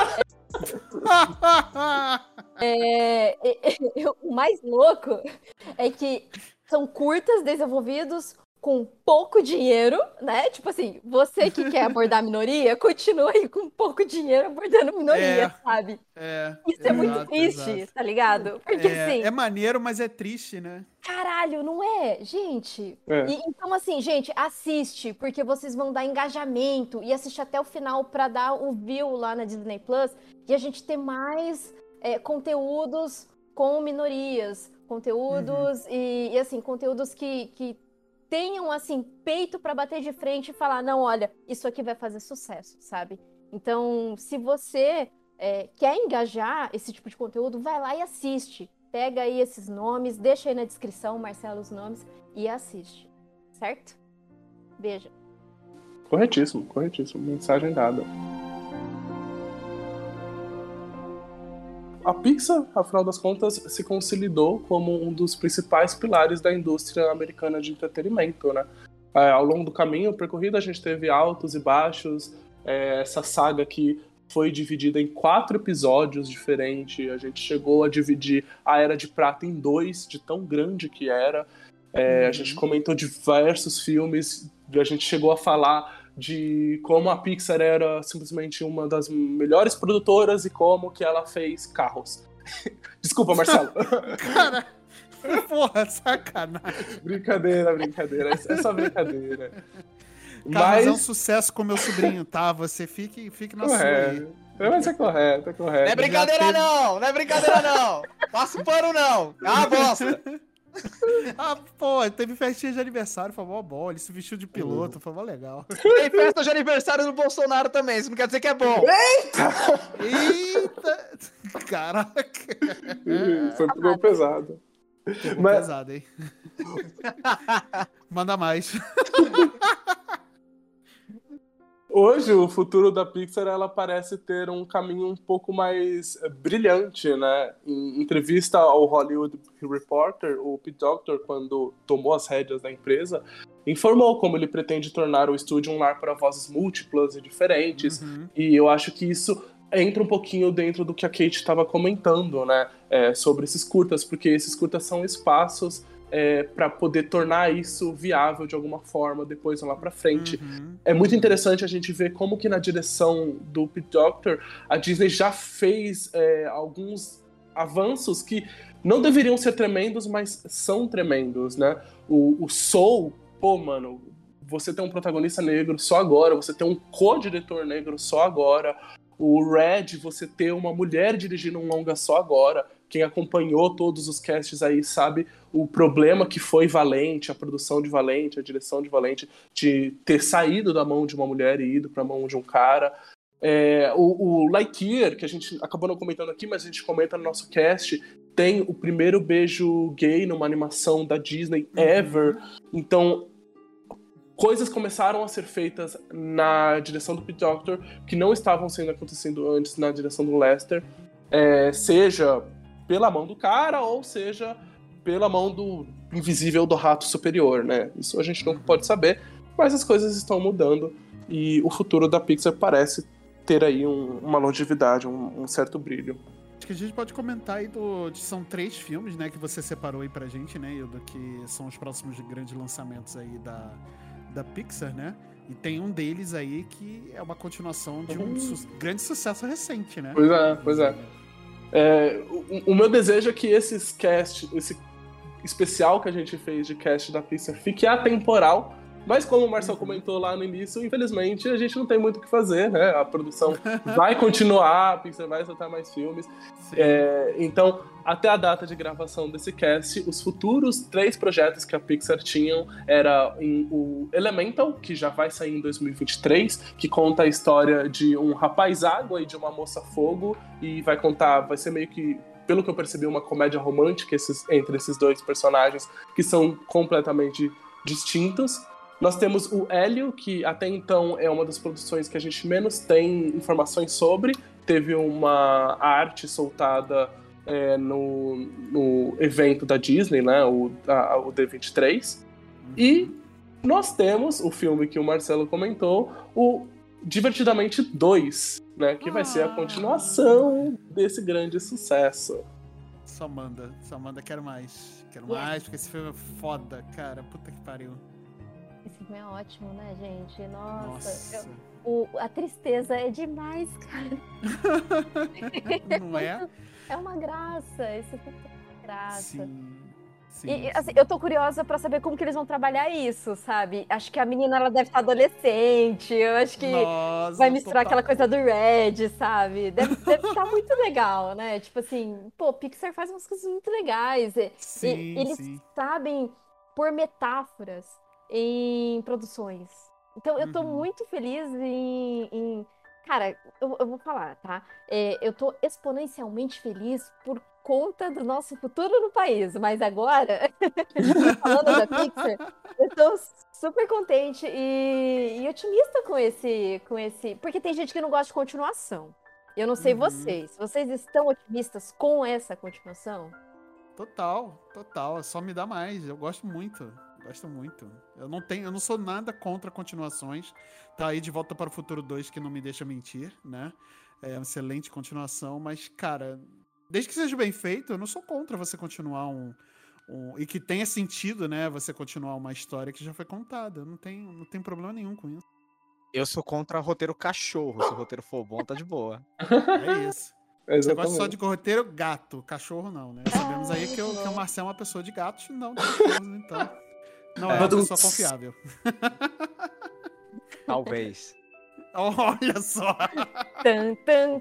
é, é, é, é, o mais louco é que são curtas desenvolvidos com pouco dinheiro, né? Tipo assim, você que quer abordar a minoria, continua aí com pouco dinheiro abordando minoria, É, sabe? É, Isso é exato, muito triste, exato. tá ligado? Porque É, assim... é maneiro, mas é triste, né? Caralho, não é? Gente... É. E, então assim, gente, assiste, porque vocês vão dar engajamento e assiste até o final pra dar o view lá na Disney Plus e a gente ter mais é, conteúdos com minorias, conteúdos Uhum. e, e assim, conteúdos que... que tenham, assim, peito pra bater de frente e falar, não, olha, isso aqui vai fazer sucesso, sabe? Então, se você é, quer engajar esse tipo de conteúdo, vai lá e assiste. Pega aí esses nomes, deixa aí na descrição, Marcelo, os nomes, e assiste. Certo? Beijo. Corretíssimo, corretíssimo. Mensagem dada. A Pixar, afinal das contas, se consolidou como um dos principais pilares da indústria americana de entretenimento, né? É, ao longo do caminho percorrido, a gente teve altos e baixos, é, essa saga que foi dividida em quatro episódios diferentes, a gente chegou a dividir a Era de Prata em dois, de tão grande que era, é, Uhum. A gente comentou diversos filmes, a gente chegou a falar de como a Pixar era simplesmente uma das melhores produtoras e como que ela fez carros. Desculpa, Marcelo. Cara, porra, sacanagem. Brincadeira, brincadeira. É só brincadeira. Carros Mas é um sucesso com meu sobrinho, tá? Você fique, fique na sua aí. correto. Mas é correto, é correto. Não é brincadeira Já teve- não, não é brincadeira não. Passa o pano não. É uma bosta. Ah, pô, teve festinha de aniversário, foi mó bom. Ele se vestiu de piloto, foi mó legal. Tem festa de aniversário do Bolsonaro também, isso não quer dizer que é bom. Eita! Caraca! Foi pegou pesado. Pegou Mas- pesado, hein? Manda mais. Hoje, o futuro da Pixar, ela parece ter um caminho um pouco mais eh, brilhante, né? Em entrevista ao Hollywood Reporter, o Pete Docter, quando tomou as rédeas da empresa, informou como ele pretende tornar o estúdio um lar para vozes múltiplas e diferentes. Uhum. E eu acho que isso entra um pouquinho dentro do que a Kate estava comentando, né? É, sobre esses curtas, porque esses curtas são espaços É, para poder tornar isso viável de alguma forma depois lá para frente. Uhum. É muito interessante a gente ver como que na direção do Pete Docter a Disney já fez é, alguns avanços que não deveriam ser tremendos, mas são tremendos, né? O, o Soul, pô, mano, você tem um protagonista negro só agora, você tem um co-diretor negro só agora, o Red, você ter uma mulher dirigindo um longa só agora. Quem acompanhou todos os casts aí sabe o problema que foi Valente, a produção de Valente, a direção de Valente, de ter saído da mão de uma mulher e ido para a mão de um cara. É, o, o Lightyear, que a gente acabou não comentando aqui, mas a gente comenta no nosso cast, tem o primeiro beijo gay numa animação da Disney ever. Então, coisas começaram a ser feitas na direção do Pete Docter que não estavam sendo acontecendo antes na direção do Lester, é, seja pela mão do cara ou seja pela mão do invisível do rato superior, né? Isso a gente não pode saber, mas as coisas estão mudando e o futuro da Pixar parece ter aí um, uma longevidade, um, um certo brilho. Acho que a gente pode comentar aí do... São três filmes, né, que você separou aí pra gente, né, Hildo, que são os próximos grandes lançamentos aí da, da Pixar, né? E tem um deles aí que é uma continuação de um Uhum. su- grande sucesso recente, né? Pois é, pois é. É, o, o meu desejo é que esses cast, esse especial que a gente fez de cast da Pixar fique atemporal, mas como o Marcel comentou lá no início, infelizmente a gente não tem muito o que fazer, né? A produção vai continuar, a Pixar vai soltar mais filmes. É, então, até a data de gravação desse cast, os futuros três projetos que a Pixar tinham era em, o Elemental, que já vai sair em dois mil e vinte e três, que conta a história de um rapaz água e de uma moça fogo, e vai contar, vai ser meio que, pelo que eu percebi, uma comédia romântica esses, entre esses dois personagens, que são completamente distintos. Nós temos o Hélio, que até então é uma das produções que a gente menos tem informações sobre, teve uma arte soltada é, no, no evento da Disney, né, o, a, o D vinte e três. E nós temos o filme que o Marcelo comentou, o Divertidamente dois, né, que vai ser a continuação desse grande sucesso. Só manda, só manda, quero mais. Quero mais, porque esse filme é foda, cara. Puta que pariu. Esse filme é ótimo, né, gente? Nossa. Nossa. Eu, o, a tristeza é demais, cara. Não é? É uma graça. Esse filme é uma graça. Sim. Sim, e, sim. assim, eu tô curiosa pra saber como que eles vão trabalhar isso, sabe? Acho que a menina, ela deve estar adolescente. Eu acho que Nossa, vai misturar total. aquela coisa do Red, sabe? Deve, deve estar muito legal, né? Tipo assim, pô, Pixar faz umas coisas muito legais. E, Sim, e, eles sim. sabem pôr metáforas em produções. Então, eu tô Uhum. muito feliz em... em... Cara, eu, eu vou falar, tá? É, eu tô exponencialmente feliz por conta do nosso futuro no país. Mas agora, falando da Pixar, eu tô super contente e, e otimista com esse, com esse... Porque tem gente que não gosta de continuação. Eu não sei Uhum. vocês. Vocês estão otimistas com essa continuação? Total, total. É só me dá mais. Eu gosto muito. Gosto muito. Eu não tenho, eu não sou nada contra continuações. Tá aí De Volta para o Futuro dois, que não me deixa mentir, né? É uma excelente continuação, mas, cara, desde que seja bem feito, eu não sou contra você continuar um, um e que tenha sentido, né? Você continuar uma história que já foi contada. Eu não tenho, não tenho problema nenhum com isso. Eu sou contra roteiro cachorro. Se o roteiro for bom, tá de boa. É isso. Você Exatamente. gosta só de roteiro gato, cachorro não, né? Sabemos aí que, o, que o Marcel é uma pessoa de gatos, não de cachorros, então. Não é uma pessoa confiável. Talvez. Olha só. Tan, tan,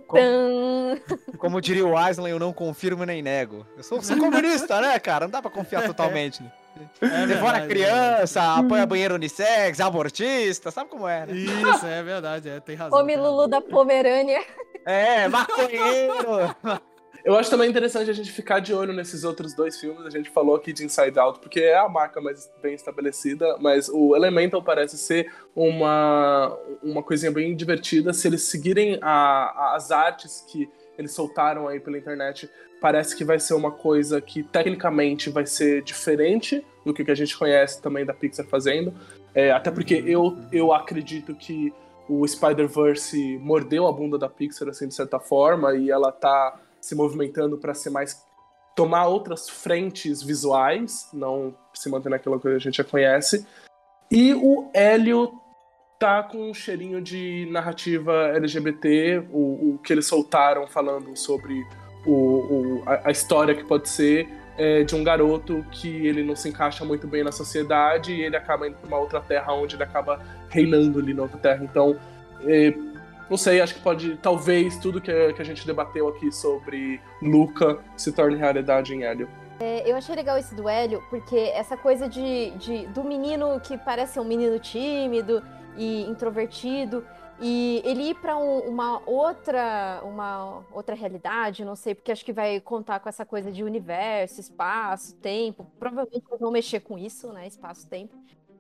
tan. Como diria o Wesley, eu não confirmo nem nego. Eu sou, sou comunista, né, cara? Não dá pra confiar totalmente. É Devora verdade, criança, é apoia banheiro unissex, abortista, sabe como é, né? Isso, é verdade, é, tem razão. Come tem Lulu razão. da Pomerânia. É, maconheiro. Eu acho também interessante a gente ficar de olho nesses outros dois filmes. A gente falou aqui de Inside Out, porque é a marca mais bem estabelecida, mas o Elemental parece ser uma, uma coisinha bem divertida. Se eles seguirem a, a, as artes que eles soltaram aí pela internet, parece que vai ser uma coisa que tecnicamente vai ser diferente do que a gente conhece também da Pixar fazendo. É, até porque eu, eu acredito que o Spider-Verse mordeu a bunda da Pixar, assim, de certa forma, e ela tá se movimentando para ser mais... tomar outras frentes visuais, não se manter naquela coisa que a gente já conhece. E o Hélio tá com um cheirinho de narrativa L G B T, o, o que eles soltaram falando sobre o, o, a, a história que pode ser é, de um garoto que ele não se encaixa muito bem na sociedade e ele acaba indo para uma outra terra onde ele acaba reinando ali na outra terra. Então, é, não sei, acho que pode, talvez, tudo que, que a gente debateu aqui sobre Luca se torne realidade em Hélio. É, eu achei legal esse do Hélio, porque essa coisa de, de, do menino que parece um menino tímido e introvertido, e ele ir para um, uma outra uma outra realidade, não sei, porque acho que vai contar com essa coisa de universo, espaço, tempo, provavelmente eles vão mexer com isso, né, espaço, tempo.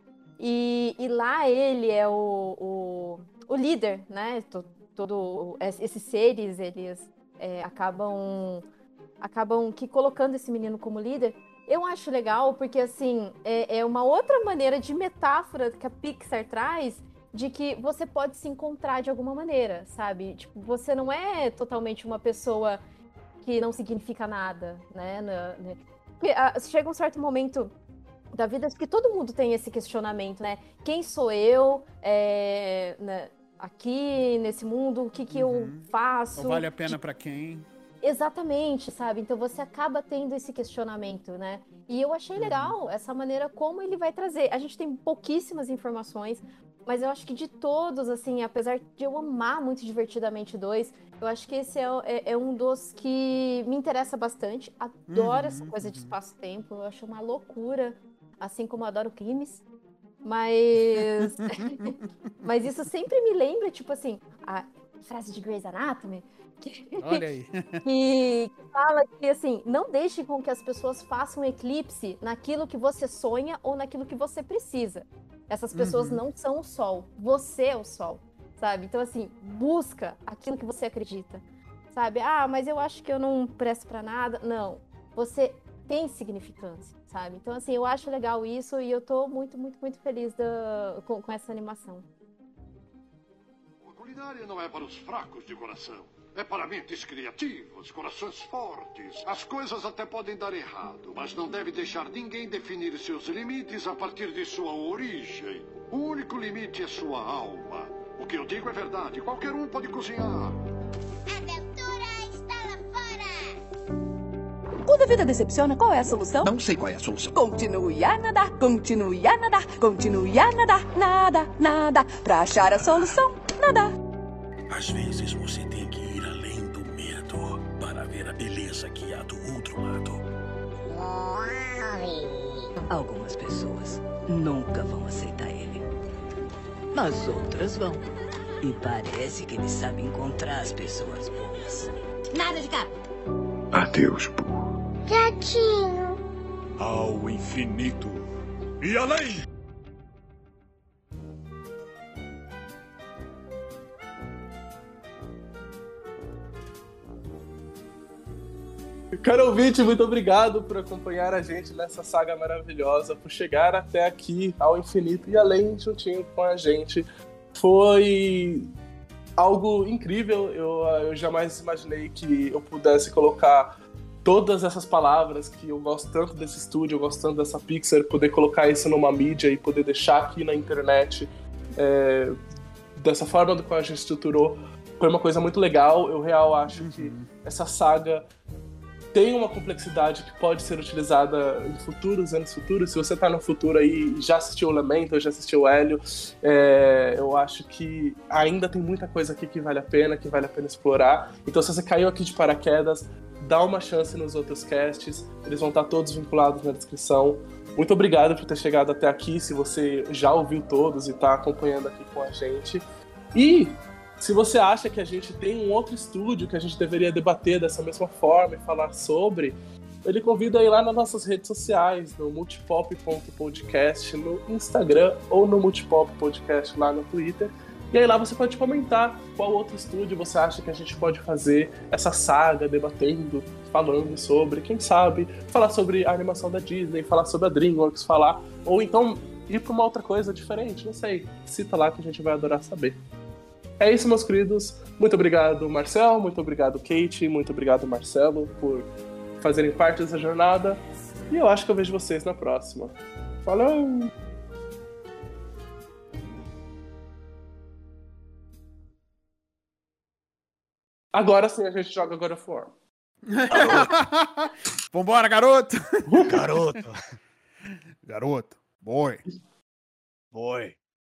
E, e lá ele é o, o, o líder, né, todo, todo esses seres, eles é, acabam, acabam que colocando esse menino como líder. Eu acho legal porque, assim, é, é uma outra maneira de metáfora que a Pixar traz de que você pode se encontrar de alguma maneira, sabe? Tipo, você não é totalmente uma pessoa que não significa nada, né? né? Porque, ah, chega um certo momento da vida que todo mundo tem esse questionamento, né? Quem sou eu é, né, aqui nesse mundo? O que, que Uhum. eu faço? Ou vale a pena pra quem? Exatamente, sabe? Então você acaba tendo esse questionamento, né? E eu achei legal essa maneira como ele vai trazer. A gente tem pouquíssimas informações, mas eu acho que de todos, assim, apesar de eu amar muito Divertidamente dois, eu acho que esse é, é, é um dos que me interessa bastante. Adoro Uhum, essa coisa de uhum. espaço-tempo, eu acho uma loucura, assim como eu adoro crimes. Mas... mas isso sempre me lembra, tipo assim, a frase de Grey's Anatomy, que... Olha aí. que fala que, assim, não deixe com que as pessoas façam eclipse naquilo que você sonha ou naquilo que você precisa. Essas pessoas Uhum. não são o sol, você é o sol, sabe? Então, assim, busca aquilo que você acredita. sabe? Ah, mas eu acho que eu não presto pra nada. Não, você tem significância, sabe? Então, assim, eu acho legal isso e eu tô muito, muito, muito feliz da, com, com essa animação. A culinária não é para os fracos de coração. É para mentes criativas, corações fortes. As coisas até podem dar errado, mas não deve deixar ninguém definir seus limites a partir de sua origem. O único limite é sua alma. O que eu digo é verdade. Qualquer um pode cozinhar. A aventura está lá fora. Quando a vida decepciona, qual é a solução? Não sei qual é a solução. Continue a nadar, continue a nadar, continue a nadar, nada, nada. Pra achar a solução, nadar. Às vezes você tem que ir além do medo para ver a beleza que há do outro lado. Algumas pessoas nunca vão aceitar ele, mas outras vão. E parece que ele sabe encontrar as pessoas boas. Nada de cá. Adeus, Pooh. Gatinho. Ao infinito e além! Caro ouvinte, muito obrigado por acompanhar a gente nessa saga maravilhosa, por chegar até aqui, ao infinito e além, juntinho com a gente. Foi algo incrível, eu, eu jamais imaginei que eu pudesse colocar todas essas palavras, que eu gosto tanto desse estúdio, eu gosto tanto dessa Pixar, poder colocar isso numa mídia e poder deixar aqui na internet é, dessa forma do qual a gente estruturou. Foi uma coisa muito legal, eu real acho que essa saga tem uma complexidade que pode ser utilizada em futuros anos futuros. Se você tá no futuro aí e já assistiu o Lamento, já assistiu o Hélio, é, eu acho que ainda tem muita coisa aqui que vale a pena, que vale a pena explorar. Então, se você caiu aqui de paraquedas, dá uma chance nos outros casts, eles vão estar todos vinculados na descrição. Muito obrigado por ter chegado até aqui, se você já ouviu todos e tá acompanhando aqui com a gente. E se você acha que a gente tem um outro estúdio que a gente deveria debater dessa mesma forma e falar sobre, ele convida a ir lá nas nossas redes sociais, no multipop ponto podcast no Instagram ou no Multipop Podcast lá no Twitter. E aí lá você pode comentar qual outro estúdio você acha que a gente pode fazer essa saga, debatendo, falando sobre, quem sabe, falar sobre a animação da Disney, falar sobre a DreamWorks, falar, ou então ir para uma outra coisa diferente, não sei. Cita lá que a gente vai adorar saber. É isso, meus queridos. Muito obrigado, Marcel. Muito obrigado, Kate. Muito obrigado, Marcelo, por fazerem parte dessa jornada. E eu acho que eu vejo vocês na próxima. Falou! Agora sim a gente joga God of War. Vambora, garoto! Garoto! Garoto. Boy. Boy.